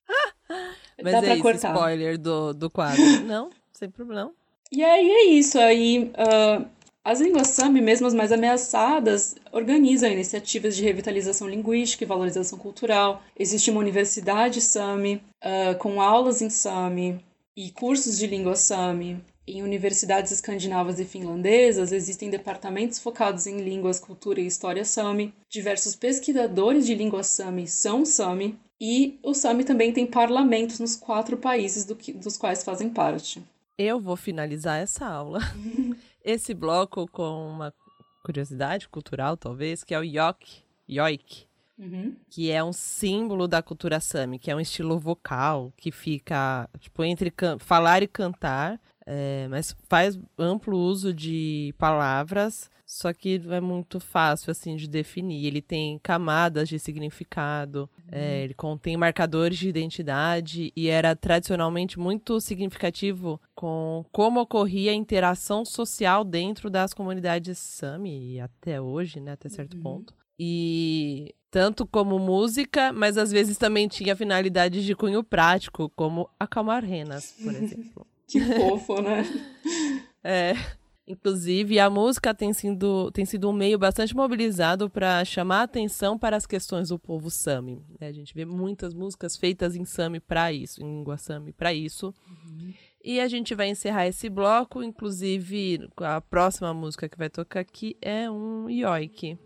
Mas Dá é pra isso, cortar. spoiler do, do quadro. Não, sem problema. E aí é isso, aí uh, as línguas Sami, mesmo as mais ameaçadas, organizam iniciativas de revitalização linguística e valorização cultural. Existe uma universidade Sami, uh, com aulas em Sami e cursos de língua Sami. Em universidades escandinavas e finlandesas, existem departamentos focados em línguas, cultura e história Sami. Diversos pesquisadores de língua Sami são Sami. E o Sami também tem parlamentos nos quatro países do que, dos quais fazem parte. Eu vou finalizar essa aula, esse bloco, com uma curiosidade cultural, talvez, que é o Yoik, Yoik, Uhum. que é um símbolo da cultura Sami, que é um estilo vocal que fica, tipo, entre falar e cantar, é, mas faz amplo uso de palavras, só que é muito fácil, assim, de definir. Ele tem camadas de significado, uhum. é, ele contém marcadores de identidade e era tradicionalmente muito significativo com como ocorria a interação social dentro das comunidades Sami, e até hoje, né, até certo uhum. ponto. E tanto como música, mas às vezes também tinha finalidades de cunho prático, como acalmar renas, por exemplo. Que fofo, né? É, inclusive a música tem sido, tem sido um meio bastante mobilizado para chamar a atenção para as questões do povo Sami. A gente vê muitas músicas feitas em Sami para isso, em língua Sami para isso. Uhum. E a gente vai encerrar esse bloco, inclusive a próxima música que vai tocar aqui é um Yoik.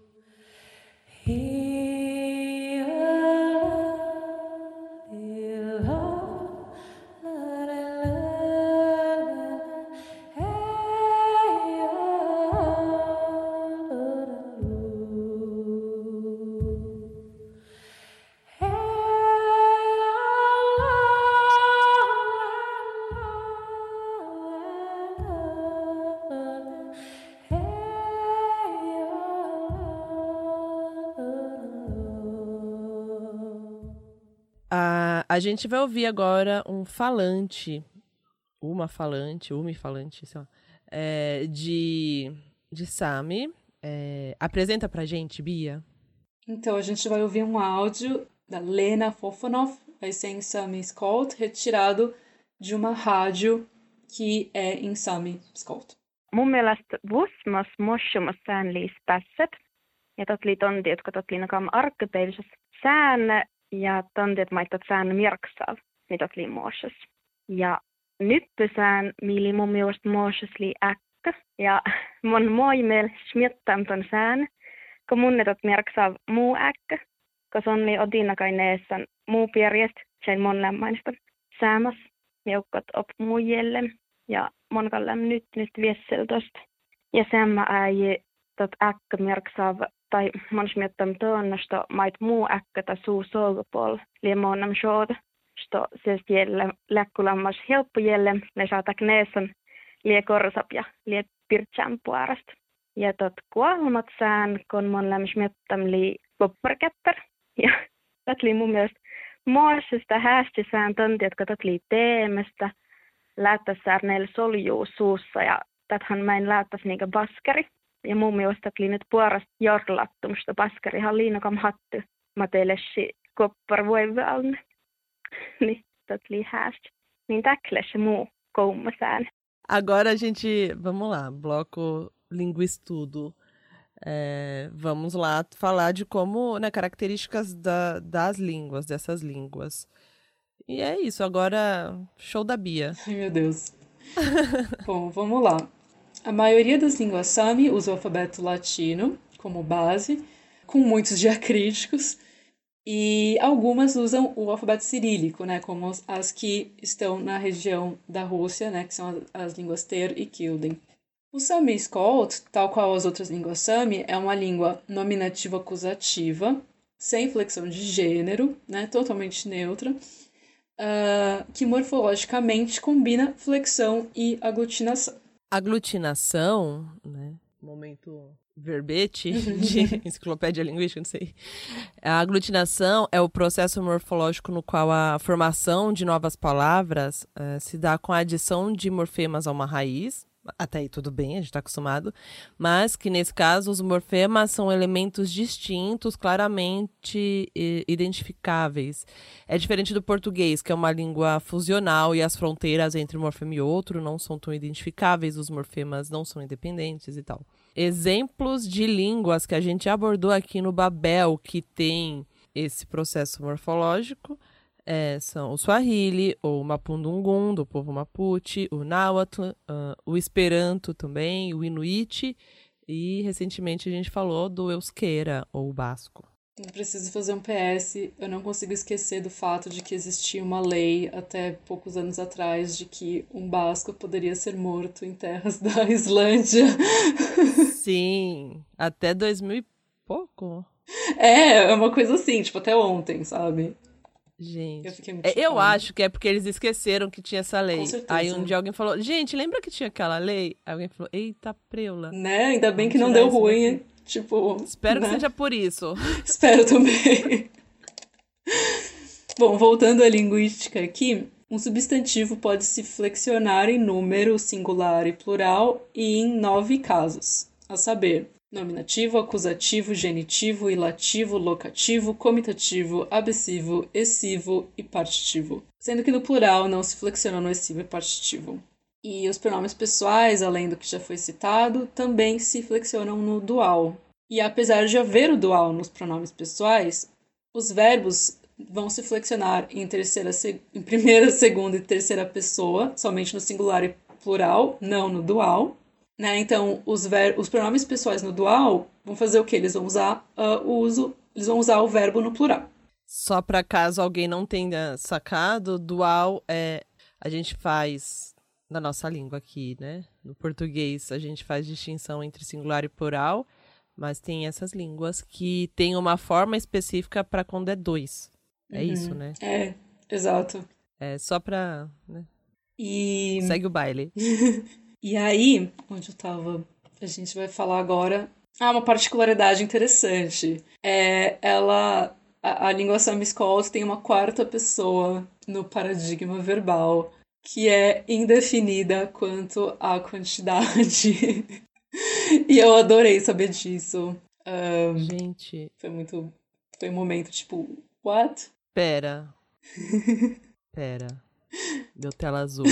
A, a gente vai ouvir agora um falante, uma falante, uma falante, sei lá, é, de, de Sami. É, apresenta pra gente, Bia. Então, a gente vai ouvir um áudio da Lena Fofanov, vai ser em Sami Skolt, retirado de uma rádio que é em Sami Skolt. Mun mielestä vuosmas mossumas säänliis pässet, ja totli tondi, jotka totli nakam arkkepeilses sään, ja tondet maittat sään mirksav, mitä tuli muossas. Ja nyppysään, mili mun mielestä muossas li äkkä, ja mun moimel smiettam ton sään, kun munnetot mirksav muu äkkä, kun on li odinakaineessan muu perjest sen mon lämmäistä säämäs meukat op muijellem ja mon kallem nyt nyt viesseltost. Ja sämmä äi tot äkkä merksav tai mon smiettam tönnöstä mait muu äkkä ta suu sougapol liemonnam shod. Sto ses jelle läkkulammas helppujelle le saata kneesan lie korsap ja lie pirtsam puarast. Ja tot kuolmat sään kon mon läm smiettam li popparkäppär. Ja tot li mun mielestä muassa hästisään tonti, jotka tot li teemestä läättässään neillä soljuu suussa ja täthän mä en läättäisi niinkä baskeri. Ja mun mielestä oli nyt puolesta jorlattumista baskerihan liinokam hattu matelesi koppar voivalne. Niin tot li hästi. Niin täklesi muu koummasään. Agora a gente, vamos lá, bloco linguistudo. É, vamos lá falar de como, né, características da, das línguas, dessas línguas. E é isso, agora show da Bia. Ai, meu Deus. Bom, vamos lá. A maioria das línguas Sami usa o alfabeto latino como base, com muitos diacríticos, e algumas usam o alfabeto cirílico, né, como as que estão na região da Rússia, né, que são as línguas Ter e Kilden. O Sami Skolt, tal qual as outras línguas Sami, é uma língua nominativa acusativa, sem flexão de gênero, né, totalmente neutra, uh, que morfologicamente combina flexão e aglutinação. Aglutinação, né, momento verbete de enciclopédia linguística, não sei. A aglutinação é o processo morfológico no qual a formação de novas palavras uh, se dá com a adição de morfemas a uma raiz. Até aí tudo bem, a gente está acostumado, mas que nesse caso os morfemas são elementos distintos, claramente eh, identificáveis. É diferente do português, que é uma língua fusional e as fronteiras entre um morfema e outro não são tão identificáveis, os morfemas não são independentes e tal. Exemplos de línguas que a gente abordou aqui no Babel, que tem esse processo morfológico, É, são o Swahili, o Mapudungun, do povo Mapuche, o Nahuatl, uh, o Esperanto também, o Inuit, e recentemente a gente falou do Euskera, ou o Basco. Eu preciso fazer um P S, eu não consigo esquecer do fato de que existia uma lei até poucos anos atrás de que um basco poderia ser morto em terras da Islândia. Sim, até dois mil e pouco. É, é uma coisa assim, tipo, até ontem, sabe? Gente, eu, fiquei muito é, eu acho que é porque eles esqueceram que tinha essa lei. Com certeza. Aí um dia alguém falou, gente, lembra que tinha aquela lei? Aí alguém falou, eita preula. Né, ainda bem que não deu ruim, daqui. Tipo... Espero né? que seja por isso. Espero também. Bom, voltando à linguística aqui, um substantivo pode se flexionar em número singular e plural e em nove casos, a saber... nominativo, acusativo, genitivo, ilativo, locativo, comitativo, abessivo, essivo e partitivo. Sendo que no plural não se flexiona no essivo e partitivo. E os pronomes pessoais, além do que já foi citado, também se flexionam no dual. E apesar de haver o dual nos pronomes pessoais, os verbos vão se flexionar em, terceira, em primeira, segunda e terceira pessoa, somente no singular e plural, não no dual. Né? Então, os, ver... os pronomes pessoais no dual vão fazer o quê? Eles vão usar uh, o uso, eles vão usar o verbo no plural. Só para caso alguém não tenha sacado, dual é a gente faz na nossa língua aqui, né? No português a gente faz distinção entre singular e plural, mas tem essas línguas que tem uma forma específica para quando é dois. É uhum. isso, né? É, exato. É só para, né? E segue o baile. E aí, onde eu tava, a gente vai falar agora... Ah, uma particularidade interessante. É, ela, a, a língua Sami Skolt tem uma quarta pessoa no paradigma verbal, que é indefinida quanto à quantidade. E eu adorei saber disso. Um, gente... Foi muito... Foi um momento, tipo, what? Pera. Pera. Deu tela azul.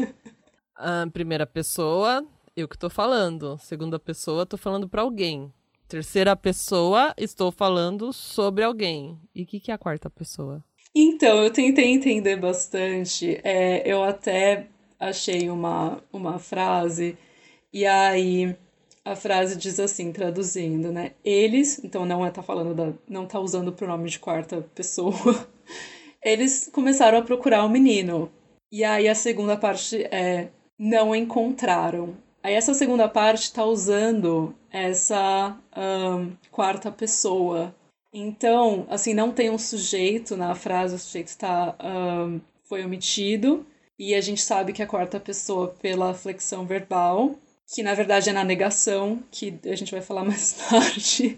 A primeira pessoa, eu que tô falando. Segunda pessoa, tô falando pra alguém. Terceira pessoa, estou falando sobre alguém. E o que, que é a quarta pessoa? Então, eu tentei entender bastante. É, eu até achei uma, uma frase, e aí a frase diz assim, traduzindo, né? Eles, então não é tá falando da, não tá usando o pronome de quarta pessoa. Eles começaram a procurar o menino. E aí a segunda parte é não encontraram. Aí essa segunda parte está usando essa um, quarta pessoa. Então, assim, não tem um sujeito na frase, o sujeito está, um, foi omitido. E a gente sabe que a quarta pessoa pela flexão verbal, que na verdade é na negação, que a gente vai falar mais tarde.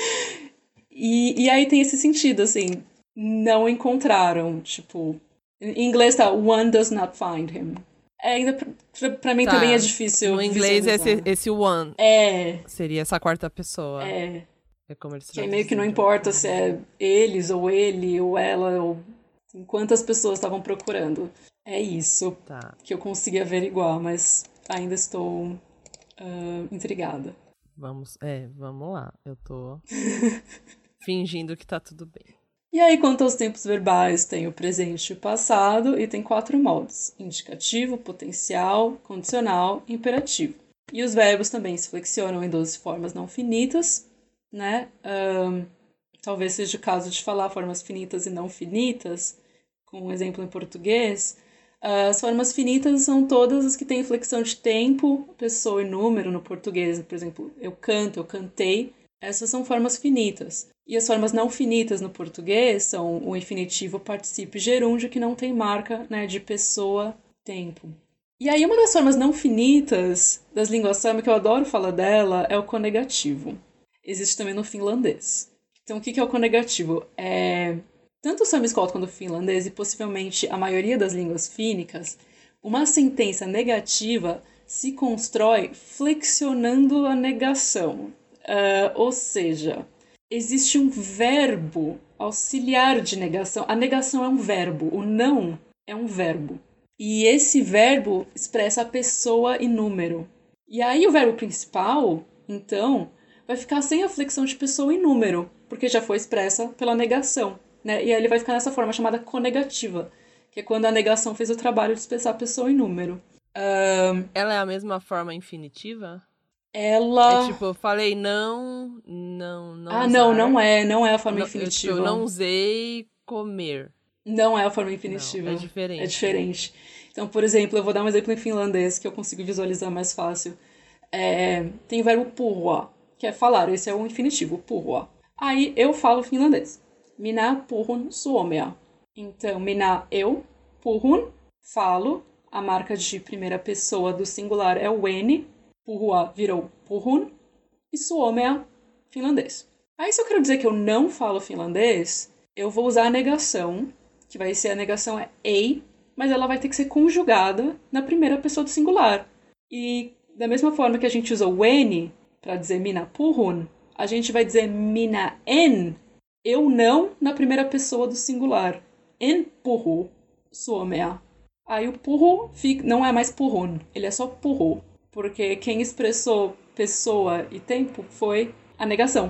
E, e aí tem esse sentido, assim, não encontraram, tipo... Em inglês tá, one does not find him. É, ainda pra, pra, pra mim Tá. também é difícil No inglês, visualizar. esse, esse one É, seria essa quarta pessoa. é. É como eles Que aí meio que não traduziram. importa se é eles, ou ele, ou ela, ou assim, quantas pessoas estavam procurando. É isso Tá. que eu consegui averiguar, mas ainda estou uh, intrigada. Vamos, é, vamos lá. Eu tô fingindo que tá tudo bem. E aí, quanto aos tempos verbais, tem o presente e o passado, e tem quatro modos: indicativo, potencial, condicional e imperativo. E os verbos também se flexionam em doze formas não finitas, né? Um, talvez seja o caso de falar formas finitas e não finitas, com um exemplo em português. As formas finitas são todas as que têm flexão de tempo, pessoa e número no português. Por exemplo, eu canto, eu cantei. Essas são formas finitas. E as formas não finitas no português são o infinitivo, particípio e gerúndio, que não tem marca, né, de pessoa, tempo. E aí uma das formas não finitas das línguas sami, que eu adoro falar dela, é o conegativo. Existe também no finlandês. Então o que é o conegativo? É... Tanto o sami quanto o finlandês, e possivelmente a maioria das línguas fínicas, uma sentença negativa se constrói flexionando a negação. Uh, ou seja, existe um verbo auxiliar de negação. A negação é um verbo, o não é um verbo. E esse verbo expressa a pessoa e número. E aí o verbo principal, então, vai ficar sem a flexão de pessoa e número, porque já foi expressa pela negação, né? E aí ele vai ficar nessa forma chamada conegativa, que é quando a negação fez o trabalho de expressar pessoa e número. Um, Ela é a mesma forma infinitiva? Ela... É tipo, eu falei não, não, não Ah, usar. não, não é, não é a forma não, infinitiva. Eu, tipo, eu não usei comer. Não é a forma infinitiva. Não, é diferente. É diferente. Então, por exemplo, eu vou dar um exemplo em finlandês que eu consigo visualizar mais fácil. É, tem o verbo puhua, que é falar. Esse é o infinitivo, puhua. Aí eu falo finlandês. Minä puhun suomea. Então, minä, eu, puhun, falo. A marca de primeira pessoa do singular é o N. Puhua virou puhun. E suomea, finlandês. Aí, se eu quero dizer que eu não falo finlandês, eu vou usar a negação, que vai ser a negação é ei, mas ela vai ter que ser conjugada na primeira pessoa do singular. E da mesma forma que a gente usa o N para dizer minä puhun, a gente vai dizer minä en, eu não, na primeira pessoa do singular. En puhu, suomea. Aí o puhu não é mais puhun, ele é só puhu, porque quem expressou pessoa e tempo foi a negação.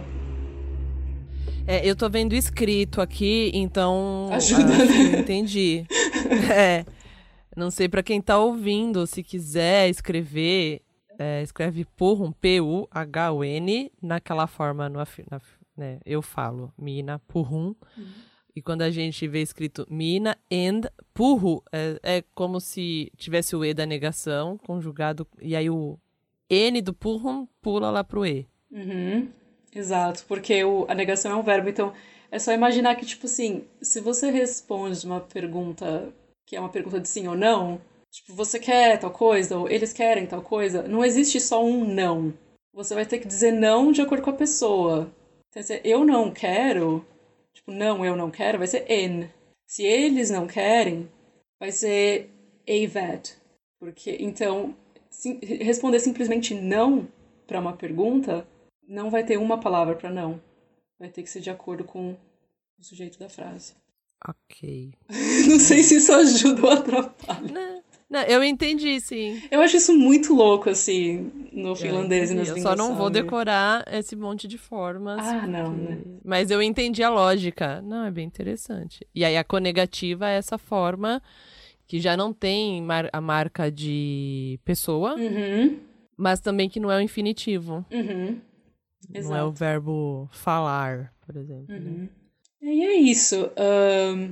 É, eu tô vendo escrito aqui, então... Ajuda, ah, sim, né? entendi. É, não sei pra quem tá ouvindo, se quiser escrever, é, escreve puhun, P U H U N, naquela forma, no, na, né, eu falo, mina puhun. Uhum. E quando a gente vê escrito mina and puhu, é, é como se tivesse o E da negação conjugado, e aí o N do puhun pula lá pro E. Uhum. Exato, porque o, a negação é um verbo, então é só imaginar que, tipo assim, se você responde uma pergunta que é uma pergunta de sim ou não, tipo, você quer tal coisa, ou eles querem tal coisa, não existe só um não. Você vai ter que dizer não de acordo com a pessoa. Então, se eu não quero, tipo, não, eu não quero, vai ser en. Se eles não querem, vai ser evet. Porque, então, sim, responder simplesmente não para uma pergunta não vai ter uma palavra para não. Vai ter que ser de acordo com o sujeito da frase. Ok. Não sei se isso ajuda ou atrapalha. Não, não, eu entendi, sim. Eu acho isso muito louco, assim, no finlandês e nas eu línguas só não sami. vou decorar esse monte de formas. Ah, não, porque... né? Mas eu entendi a lógica. Não, é bem interessante. E aí a conegativa é essa forma que já não tem mar- a marca de pessoa, Uhum. mas também que não é o infinitivo. Uhum. Não Exato. é o verbo falar, por exemplo. Uhum. Né? E é isso. Um,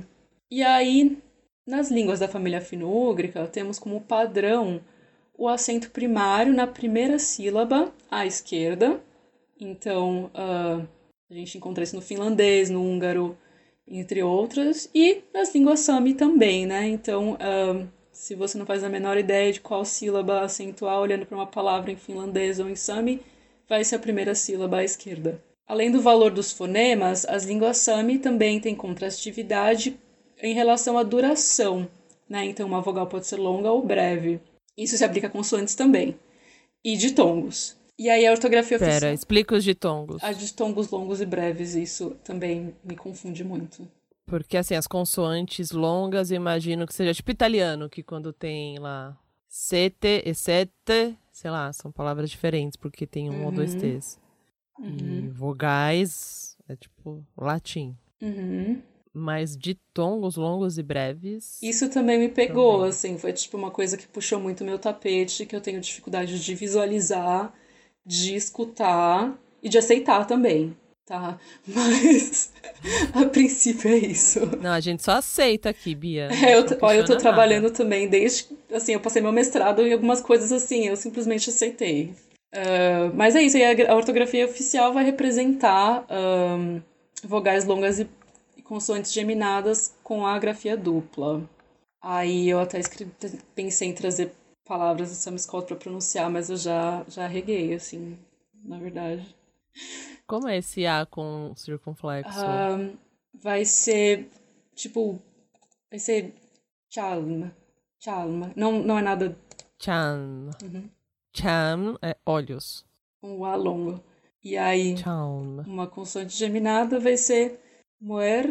E aí, nas línguas da família fino-úgrica, temos como padrão o acento primário na primeira sílaba à esquerda. Então, uh, a gente encontra isso no finlandês, no húngaro, entre outras. E nas línguas Sami também, né? Então, uh, se você não faz a menor ideia de qual sílaba acentuar olhando para uma palavra em finlandês ou em Sami, vai ser a primeira sílaba à esquerda. Além do valor dos fonemas, as línguas Sami também têm contrastividade em relação à duração, né? Então, uma vogal pode ser longa ou breve. Isso se aplica a consoantes também. E ditongos. E aí a ortografia Pera, oficial... explica os ditongos. As ditongos longos e breves, isso também me confunde muito. Porque, assim, as consoantes longas, eu imagino que seja tipo italiano, que quando tem lá sete e sete, sei lá, são palavras diferentes, porque tem um Uhum. ou dois T's. Uhum. E vogais é tipo latim. Uhum. Mas ditongos longos e breves... Isso também me pegou, Também. assim, foi tipo uma coisa que puxou muito meu tapete, que eu tenho dificuldade de visualizar, de escutar e de aceitar também, tá? Mas, a princípio é isso. Não, a gente só aceita aqui, Bia. É, eu, Não ó, eu tô questiona trabalhando nada. também desde, assim, eu passei meu mestrado e algumas coisas assim, eu simplesmente aceitei. Uh, mas é isso, e a, a ortografia oficial vai representar um, vogais longas e consoantes geminadas com a grafia dupla. Aí eu até escrevi, pensei em trazer palavras do Sam Scott pra pronunciar, mas eu já, já reguei, assim, na verdade. Como é esse A com circunflexo? Um, vai ser, tipo, vai ser chalma, chalma. Não, não é nada... Chan. Uhum. Chan é olhos. Um A longo. E aí, Chan. uma consoante geminada vai ser moer.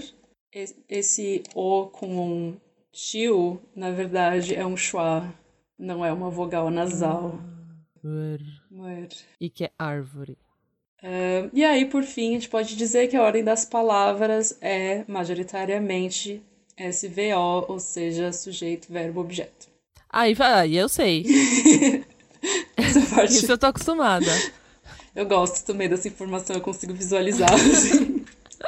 Esse O com um tio, na verdade, é um schwa. Não é uma vogal nasal. Moer. Moer. E que é árvore. Uh, e aí, por fim, a gente pode dizer que a ordem das palavras é majoritariamente S V O, ou seja, sujeito, verbo, objeto. Aí vai, eu sei. Essa parte Isso eu tô acostumada. eu gosto também dessa informação, eu consigo visualizar. Assim.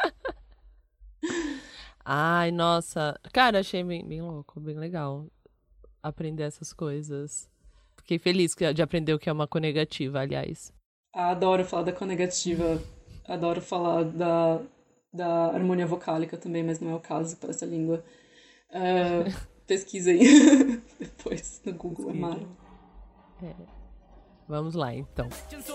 Ai, nossa. Cara, achei bem, bem louco, bem legal aprender essas coisas. Fiquei feliz que- de aprender o que é uma conegativa, aliás. Adoro falar da conegativa, adoro falar da, da harmonia vocálica também, mas não é o caso para essa língua. Uh, pesquisem depois no Google, é mara. É. Vamos lá, então.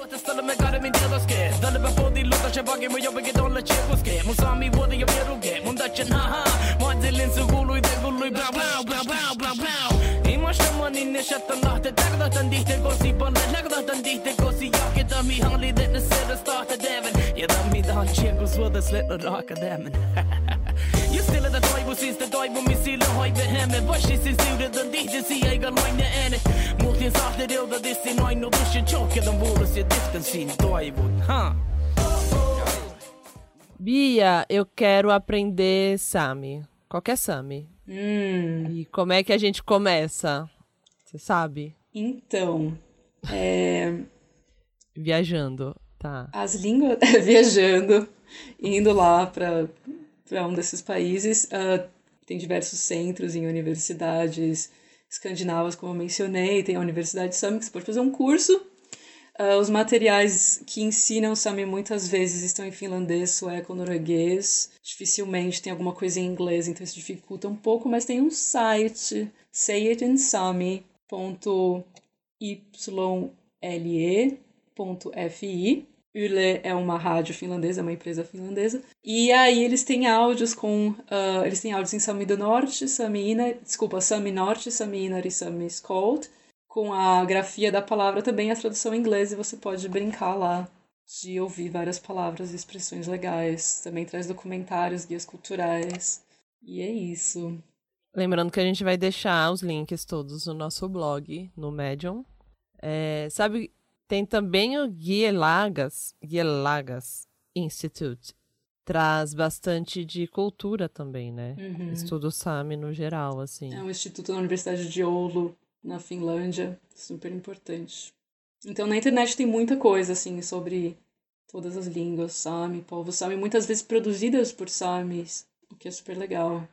You still at the toivo since the toivo mi silla hoive hemme Vashi sin sura den dihte si eiga loine ene Multin sahte delda dissi noin och dusche tjocka den vore se diften sin toivo, ha? Bia, eu quero aprender Sami. Qualquer Sami. Hum, E como é que a gente começa? Você sabe? então, é, Viajando, tá. as línguas, viajando, indo lá para para um desses países, uh, tem diversos centros em universidades escandinavas, como eu mencionei, tem a Universidade Sami, que você pode fazer um curso. Uh, os materiais que ensinam Sami muitas vezes estão em finlandês, sueco, norueguês. Dificilmente tem alguma coisa em inglês, então isso dificulta um pouco, mas tem um site, sayitinSami ponto y l e ponto f i. Yle é uma rádio finlandesa, é uma empresa finlandesa. E aí eles têm áudios com... Uh, eles têm áudios em Sami do Norte, Sami Ina... Desculpa, Sami Norte, Sami Inar e Sami Skolt. Com a grafia da palavra também, a tradução em inglês. E você pode brincar lá de ouvir várias palavras e expressões legais. Também traz documentários, guias culturais. E é isso. Lembrando que a gente vai deixar os links todos no nosso blog, no Medium. É, sabe... Tem também o Gielagas, Gielagas Institute. Traz bastante de cultura também, né? Uhum. Estudo Sami no geral, assim. É um instituto na Universidade de Oulu, na Finlândia. Super importante. Então, na internet tem muita coisa, assim, sobre todas as línguas Sami, povo Sami. Muitas vezes produzidas por Samis, o que é super legal.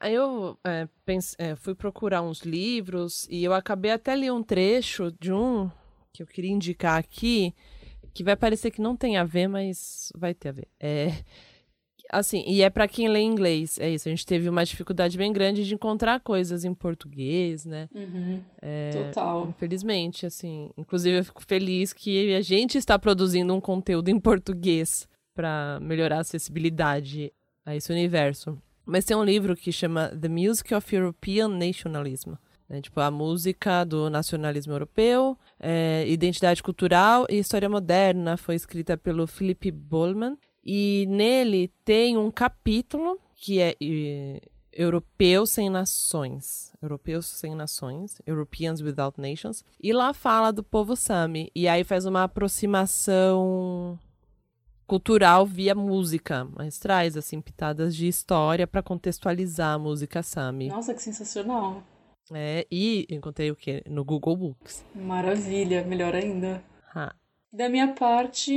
Aí eu é, pense, é, fui procurar uns livros e eu acabei até ler um trecho de um que eu queria indicar aqui, que vai parecer que não tem a ver, mas vai ter a ver. É, assim, e é para quem lê inglês, é isso. A gente teve uma dificuldade bem grande de encontrar coisas em português, né? Uhum. É, Total. Infelizmente, assim. Inclusive, eu fico feliz que a gente está produzindo um conteúdo em português para melhorar a acessibilidade a esse universo. Mas tem um livro que chama The Music of European Nationalism. É, tipo, a música do nacionalismo europeu, é, identidade cultural e história moderna. Foi escrita pelo Philip Bollman. E nele tem um capítulo que é e, Europeus Sem Nações. Europeus Sem Nações. Europeans Without Nations. E lá fala do povo Sami. E aí faz uma aproximação cultural via música, mas traz assim pitadas de história para contextualizar a música Sami. Nossa, que sensacional. É, e encontrei o quê? No Google Books. Maravilha, melhor ainda. Ha. Da minha parte,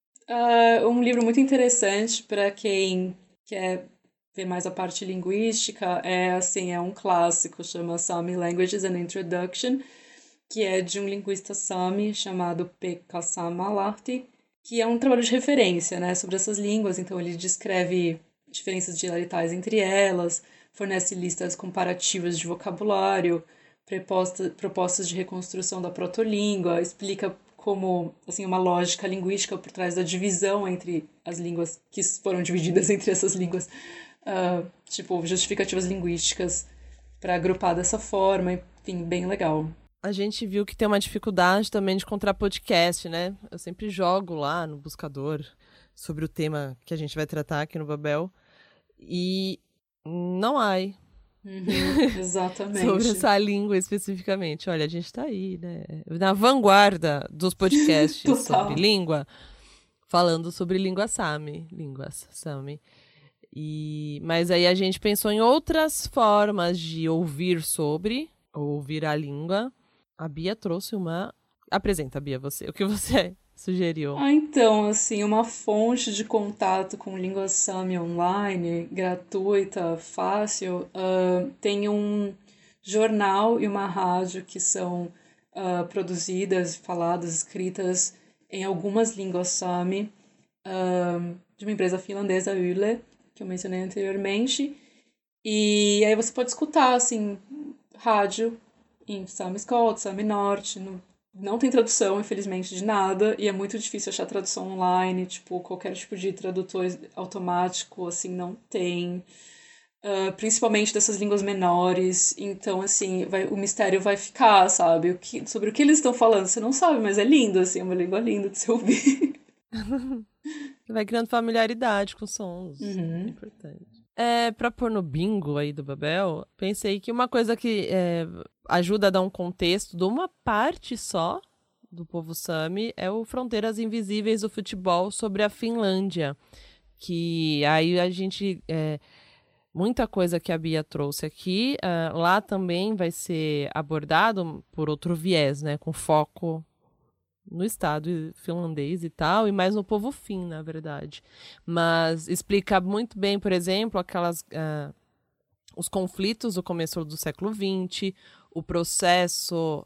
uh, um livro muito interessante para quem quer ver mais a parte linguística é assim, é um clássico, chama Sami Languages and Introduction, que é de um linguista Sami chamado Pekka Sammallahti, que é um trabalho de referência, né, sobre essas línguas. Então ele descreve diferenças dialetais entre elas, fornece listas comparativas de vocabulário, preposta, propostas de reconstrução da protolíngua, explica como, assim, uma lógica linguística por trás da divisão entre as línguas que foram divididas entre essas línguas, uh, tipo, justificativas linguísticas para agrupar dessa forma, enfim, bem legal. A gente viu que tem uma dificuldade também de encontrar podcast, né? Eu sempre jogo lá no buscador sobre o tema que a gente vai tratar aqui no Babel e não há. Uhum, exatamente. Sobre essa língua especificamente. Olha, a gente tá aí, né? Na vanguarda dos podcasts sobre língua, falando sobre língua Sami. Línguas Sami. E... Mas aí a gente pensou em outras formas de ouvir sobre, ouvir a língua. A Bia trouxe uma... Apresenta, Bia, você. O que você sugeriu? Ah, então, assim, uma fonte de contato com língua Sami online, gratuita, fácil, uh, tem um jornal e uma rádio que são uh, produzidas, faladas, escritas em algumas línguas Sami, uh, de uma empresa finlandesa, Yle, que eu mencionei anteriormente. E aí você pode escutar, assim, rádio em Sami Skål, Sami Norte, no... Não tem tradução, infelizmente, de nada, e é muito difícil achar tradução online, tipo, qualquer tipo de tradutor automático, assim, não tem, uh, principalmente dessas línguas menores, então, assim, vai, o mistério vai ficar, sabe, o que, sobre o que eles estão falando, você não sabe, mas é lindo, assim, é uma língua linda de se ouvir. Vai criando familiaridade com sons, Uhum. é importante. É, pra pôr no bingo aí do Babel, pensei que uma coisa que é, ajuda a dar um contexto de uma parte só do povo Sami é o Fronteiras Invisíveis do Futebol sobre a Finlândia. Que aí a gente... É, muita coisa que a Bia trouxe aqui, uh, lá também vai ser abordado por outro viés, né? Com foco no Estado finlandês e tal, e mais no povo finn, na verdade. Mas explica muito bem, por exemplo, aquelas uh, os conflitos do começo do século vinte, o processo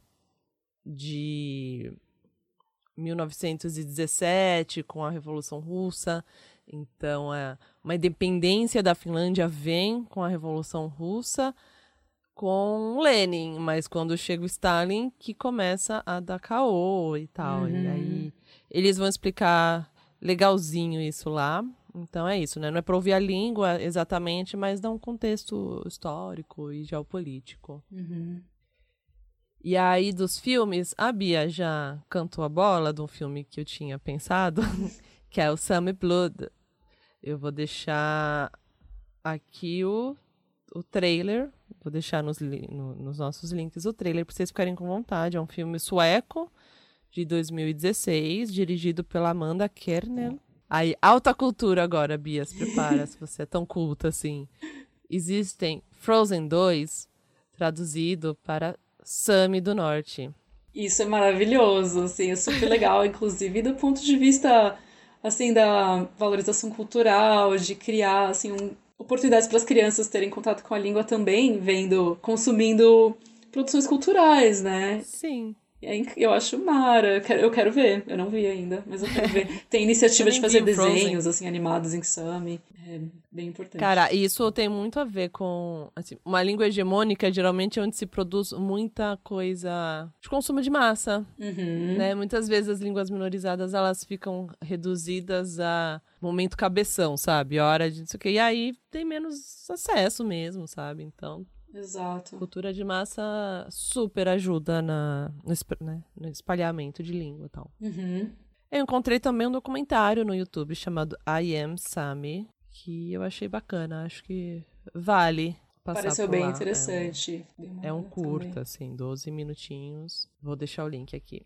de mil novecentos e dezessete com a Revolução Russa. Então, é, uma independência da Finlândia vem com a Revolução Russa, com Lenin, mas quando chega o Stalin, que começa a dar caô e tal. Uhum. E aí eles vão explicar legalzinho isso lá. Então é isso, né? Não é para ouvir a língua exatamente, mas dá um contexto histórico e geopolítico. Uhum. E aí, dos filmes, a Bia já cantou a bola de um filme que eu tinha pensado, que é o Sami Blood. Eu vou deixar aqui o, o trailer. Vou deixar nos, no, nos nossos links o trailer para vocês ficarem com vontade. É um filme sueco de dois mil e dezesseis, dirigido pela Amanda Kernel. Aí, alta cultura agora, Bia, se prepara, se você é tão culta assim. Existem Frozen dois, traduzido para Sami do Norte. Isso é maravilhoso, assim, é super legal, inclusive do ponto de vista, assim, da valorização cultural, de criar, assim, um oportunidades para as crianças terem contato com a língua também, vendo, consumindo produções culturais, né? Sim. Eu acho mara, eu quero, eu quero ver, eu não vi ainda, mas eu quero ver. Tem iniciativa de fazer desenhos, assim, animados em Sami, é bem importante. Cara, isso tem muito a ver com, assim, uma língua hegemônica, geralmente é onde se produz muita coisa de consumo de massa, uhum. né? Muitas vezes as línguas minorizadas, elas ficam reduzidas a momento cabeção, sabe? Hora de não sei o quê, e aí tem menos acesso mesmo, sabe? Então... Exato. Cultura de massa super ajuda na, no, né, no espalhamento de língua e tal. Uhum. Eu encontrei também um documentário no YouTube chamado I Am Sami, que eu achei bacana. Acho que vale passar Pareceu por bem lá. interessante. É um, é um curta, assim, doze minutinhos. Vou deixar o link aqui.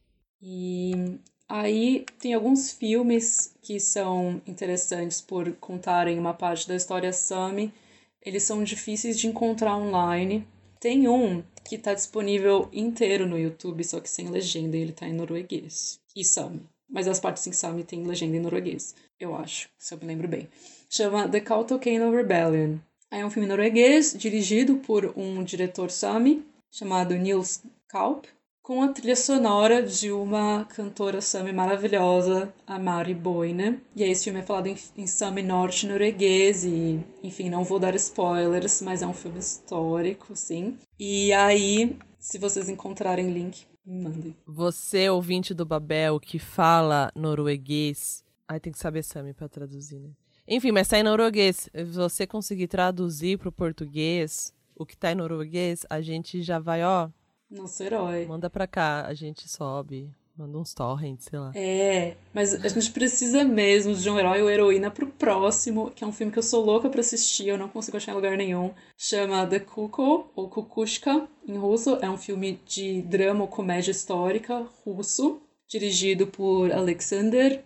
E aí tem alguns filmes que são interessantes por contarem uma parte da história Sami. Eles são difíceis de encontrar online. Tem um que tá disponível inteiro no YouTube, só que sem legenda, e ele tá em norueguês. E Sami. Mas as partes em Sami tem legenda em norueguês, eu acho, se eu me lembro bem. Chama The Kautokeino Rebellion. É um filme norueguês, dirigido por um diretor Sami, chamado Niels Kaup, com a trilha sonora de uma cantora Sami maravilhosa, a Mari Boine. E aí esse filme é falado em, em Sami norte norueguês e, enfim, não vou dar spoilers, mas é um filme histórico, sim. E aí, se vocês encontrarem link, me mandem. Você, ouvinte do Babel, que fala norueguês... Ai, tem que saber Sami pra traduzir, né? Enfim, mas tá em norueguês. Se você conseguir traduzir pro português o que tá em norueguês, a gente já vai, ó... Nosso herói. Manda pra cá, a gente sobe, manda uns torrents, sei lá. É, mas a gente precisa mesmo de um herói ou heroína pro próximo, que é um filme que eu sou louca pra assistir, eu não consigo achar em lugar nenhum. Chama The Kuko, ou Kukushka, em russo. É um filme de drama ou comédia histórica russo, dirigido por Alexander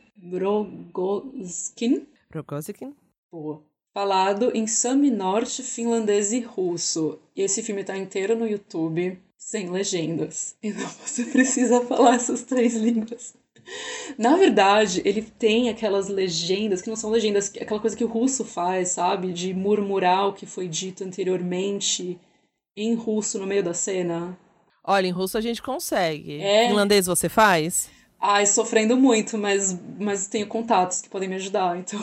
Rogozkin. Rogozkin? Boa. Falado em Sami norte, finlandês e russo. E esse filme tá inteiro no YouTube, sem legendas. Então você precisa falar essas três línguas. Na verdade, ele tem aquelas legendas, que não são legendas, aquela coisa que o russo faz, sabe? De murmurar o que foi dito anteriormente em russo no meio da cena. Olha, em russo a gente consegue. É... Finlandês você faz? Ai, sofrendo muito, mas, mas tenho contatos que podem me ajudar, então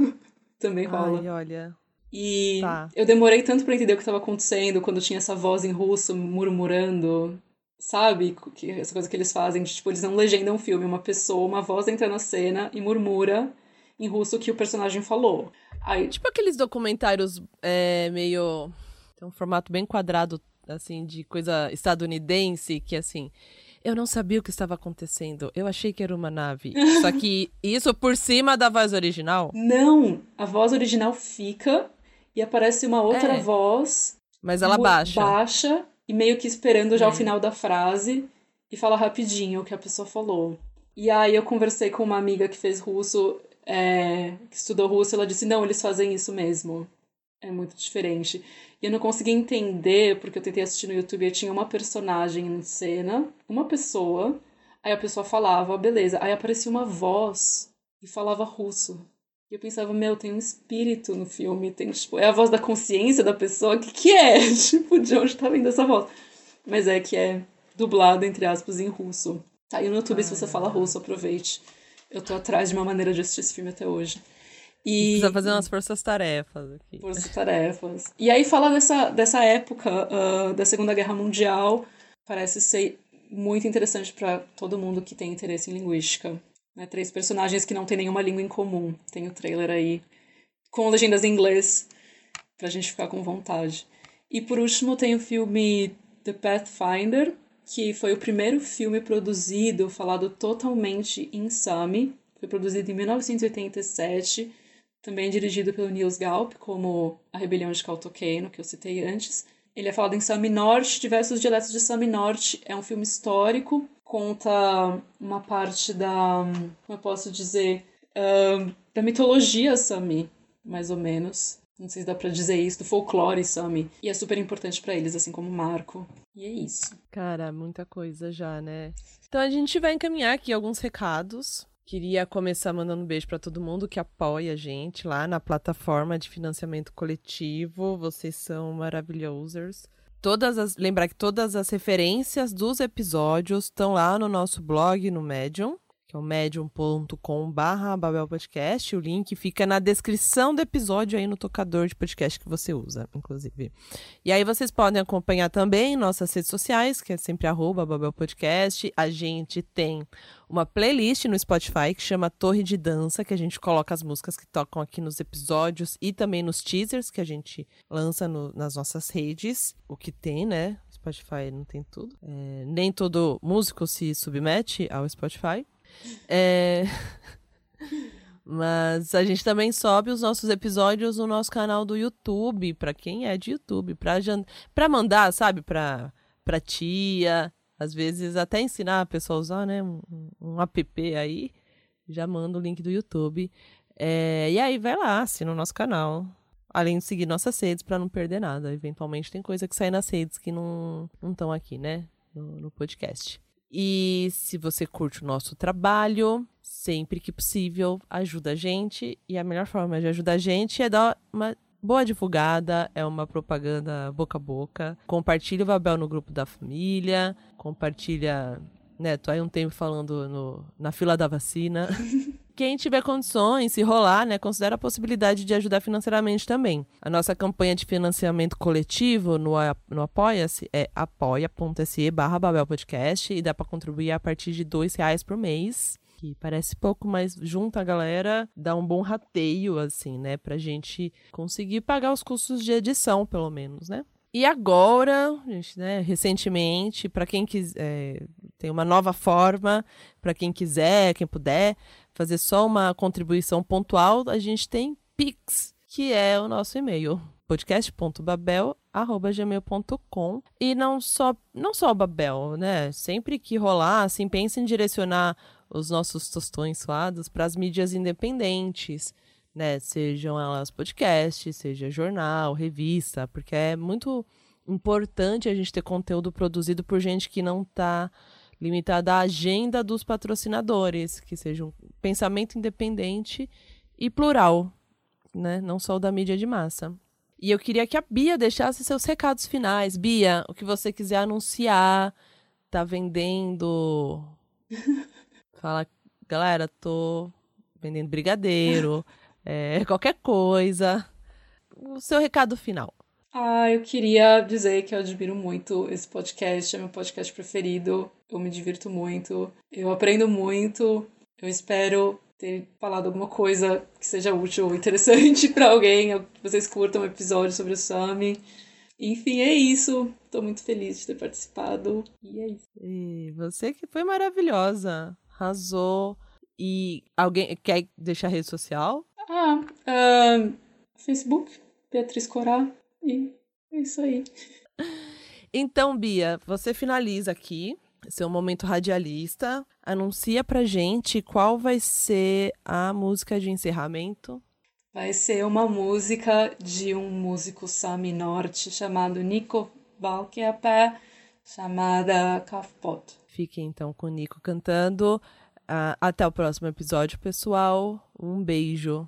também rola. Ai, olha... E tá. Eu demorei tanto pra entender o que estava acontecendo quando tinha essa voz em russo murmurando, sabe? Que, essa coisa que eles fazem, de, tipo, eles não legendam um filme, uma pessoa, uma voz entra na cena e murmura em russo o que o personagem falou. Aí... Tipo aqueles documentários é, meio... tem um formato bem quadrado, assim, de coisa estadunidense, que assim... Eu não sabia o que estava acontecendo. Eu achei que era uma nave. Só que isso por cima da voz original? Não! A voz original fica e aparece uma outra é. voz. Mas ela baixa. Baixa e meio que esperando já é. o final da frase e fala rapidinho o que a pessoa falou. E aí eu conversei com uma amiga que fez russo, é, que estudou russo, e ela disse, não, eles fazem isso mesmo. É muito diferente. E eu não consegui entender, porque eu tentei assistir no YouTube e tinha uma personagem em cena, uma pessoa, aí a pessoa falava, beleza, aí aparecia uma voz e falava russo. E eu pensava, meu, tem um espírito no filme, tem, tipo, é a voz da consciência da pessoa, o que que é? Tipo, de onde tá vindo essa voz? Mas é que é dublado, entre aspas, em russo. Tá aí no YouTube, ah, se você fala russo, aproveite. Eu tô atrás de uma maneira de assistir esse filme até hoje. E... Precisa fazer umas forças-tarefas aqui. Forças-tarefas. E aí fala dessa, dessa época uh, da Segunda Guerra Mundial. Parece ser muito interessante para todo mundo que tem interesse em linguística. Né? Três personagens que não tem nenhuma língua em comum. Tem o trailer aí com legendas em inglês pra gente ficar com vontade. E por último tem o filme The Pathfinder, que foi o primeiro filme produzido, falado totalmente em Sami. Foi produzido em mil novecentos e oitenta e sete, também dirigido pelo Niels Gaup, como A Rebelião de Kautokeino, que eu citei antes. Ele é falado em Sami norte, diversos dialetos de Sami norte. É um filme histórico, conta uma parte da, como eu posso dizer, uh, da mitologia Sami, mais ou menos. Não sei se dá pra dizer isso, do folclore Sami. E é super importante pra eles, assim como marco. E é isso. Cara, muita coisa já, né? Então a gente vai encaminhar aqui alguns recados Queria começar mandando um beijo para todo mundo que apoia a gente lá na plataforma de financiamento coletivo. Vocês são maravilhosos. Todas as, lembrar que todas as referências dos episódios estão lá no nosso blog, no Medium, que é o medium ponto com barra babel podcast. O link fica na descrição do episódio aí no tocador de podcast que você usa, inclusive. E aí vocês podem acompanhar também nossas redes sociais, que é sempre arroba babel podcast. A gente tem uma playlist no Spotify que chama Torre de Dança, que a gente coloca as músicas que tocam aqui nos episódios e também nos teasers que a gente lança no, nas nossas redes. O que tem, né? O Spotify não tem tudo. É, nem todo músico se submete ao Spotify. É... Mas a gente também sobe os nossos episódios no nosso canal do YouTube, pra quem é de YouTube, pra, jan... pra mandar, sabe, pra, pra tia, às vezes até ensinar a pessoa a usar, né, um, um app aí, já manda o link do YouTube. É... E aí vai lá, assina o nosso canal, além de seguir nossas redes pra não perder nada. Eventualmente tem coisa que sai nas redes que não estão aqui, né, no, no podcast. E se você curte o nosso trabalho, sempre que possível, ajuda a gente. E a melhor forma de ajudar a gente é dar uma boa divulgada, é uma propaganda boca a boca. Compartilha o Babel no grupo da família, compartilha, né, tô aí um tempo falando no, na fila da vacina. Quem tiver condições, se rolar, né, considera a possibilidade de ajudar financeiramente também. A nossa campanha de financiamento coletivo no, no Apoia-se é apoia.se barra Babel Podcast e dá para contribuir a partir de dois reais por mês, que parece pouco, mas junta a galera, dá um bom rateio, assim, né, pra gente conseguir pagar os custos de edição, pelo menos, né. E agora, gente, né, recentemente, para quem quiser, é, tem uma nova forma, para quem quiser, quem puder, fazer só uma contribuição pontual, a gente tem Pix, que é o nosso e-mail, podcast ponto babel arroba gmail ponto com. E não só, não só o Babel, né? Sempre que rolar, assim, pense em direcionar os nossos tostões suados para as mídias independentes, né? Sejam elas podcast, seja jornal, revista, porque é muito importante a gente ter conteúdo produzido por gente que não está limitada à agenda dos patrocinadores, que seja um pensamento independente e plural, né? Não só o da mídia de massa. E eu queria que a Bia deixasse seus recados finais. Bia, o que você quiser anunciar, tá vendendo... Fala, galera, tô vendendo brigadeiro, é, qualquer coisa. O seu recado final. Ah, eu queria dizer que eu admiro muito esse podcast, é meu podcast preferido, eu me divirto muito, eu aprendo muito, eu espero ter falado alguma coisa que seja útil ou interessante para alguém, que vocês curtam um episódio sobre o Sami. Enfim, é isso, tô muito feliz de ter participado, e é isso. E você que foi maravilhosa, arrasou. E alguém quer deixar rede social? Ah, uh, Facebook, Beatriz Corá. E é isso aí. Então, Bia, você finaliza aqui seu momento radialista. Anuncia pra gente qual vai ser a música de encerramento. Vai ser uma música de um músico Sami Norte chamado Nico Valkeapää, chamada Kafpot. Fique então com o Nico cantando. Uh, até o próximo episódio, pessoal. Um beijo.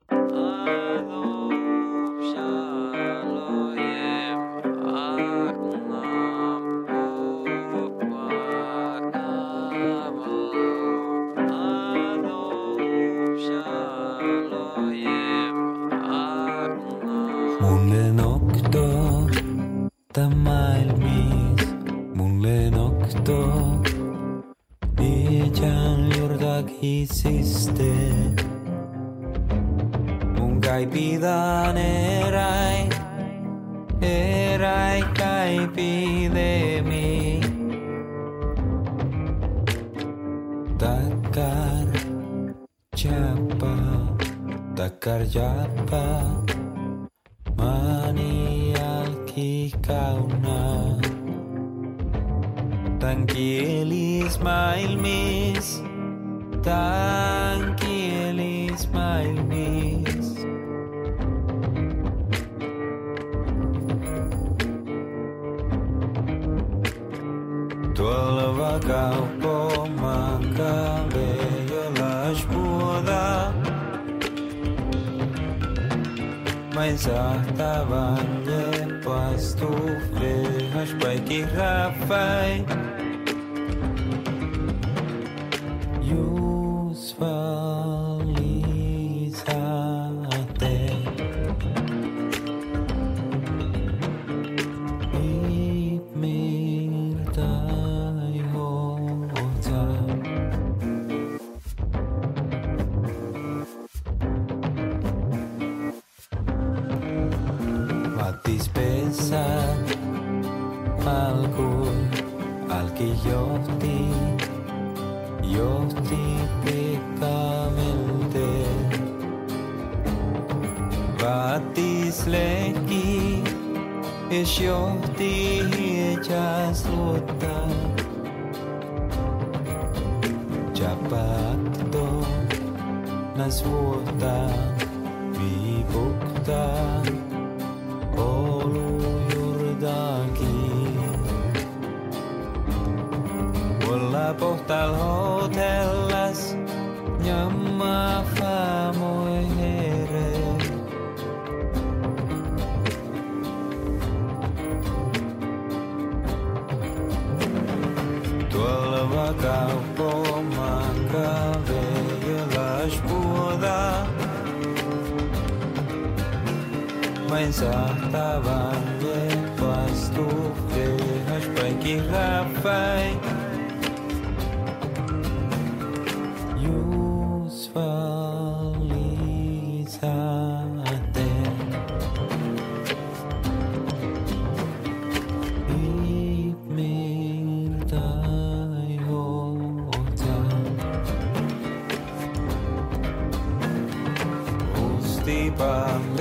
Mulle noktoo tää maailmis, mulle noktoo vietään jortakin siste. Mun kai pidän eräin, eräin kai pidemi. Takar japa, takar japa. Mani alki kauna, tan kielis maailmis, tan kielis maailmis. Tuolla vakaupo makabe, jolla mas artavange pastu vehas baiki rafai Yusvalizate Ipmirtai hota Matis pesa alkul alki johti johti pikkamente Vatis leki es johti hiecas luota Japatto nas vuota vibukta Olu Jordaki Walla pohtal hotellas Nyamma famoi here Tuolla vakaupo makave Jelas puoda Mas artavange pastu vehas baiki rafai Yusvalizate Ipmirtai hota Usti pa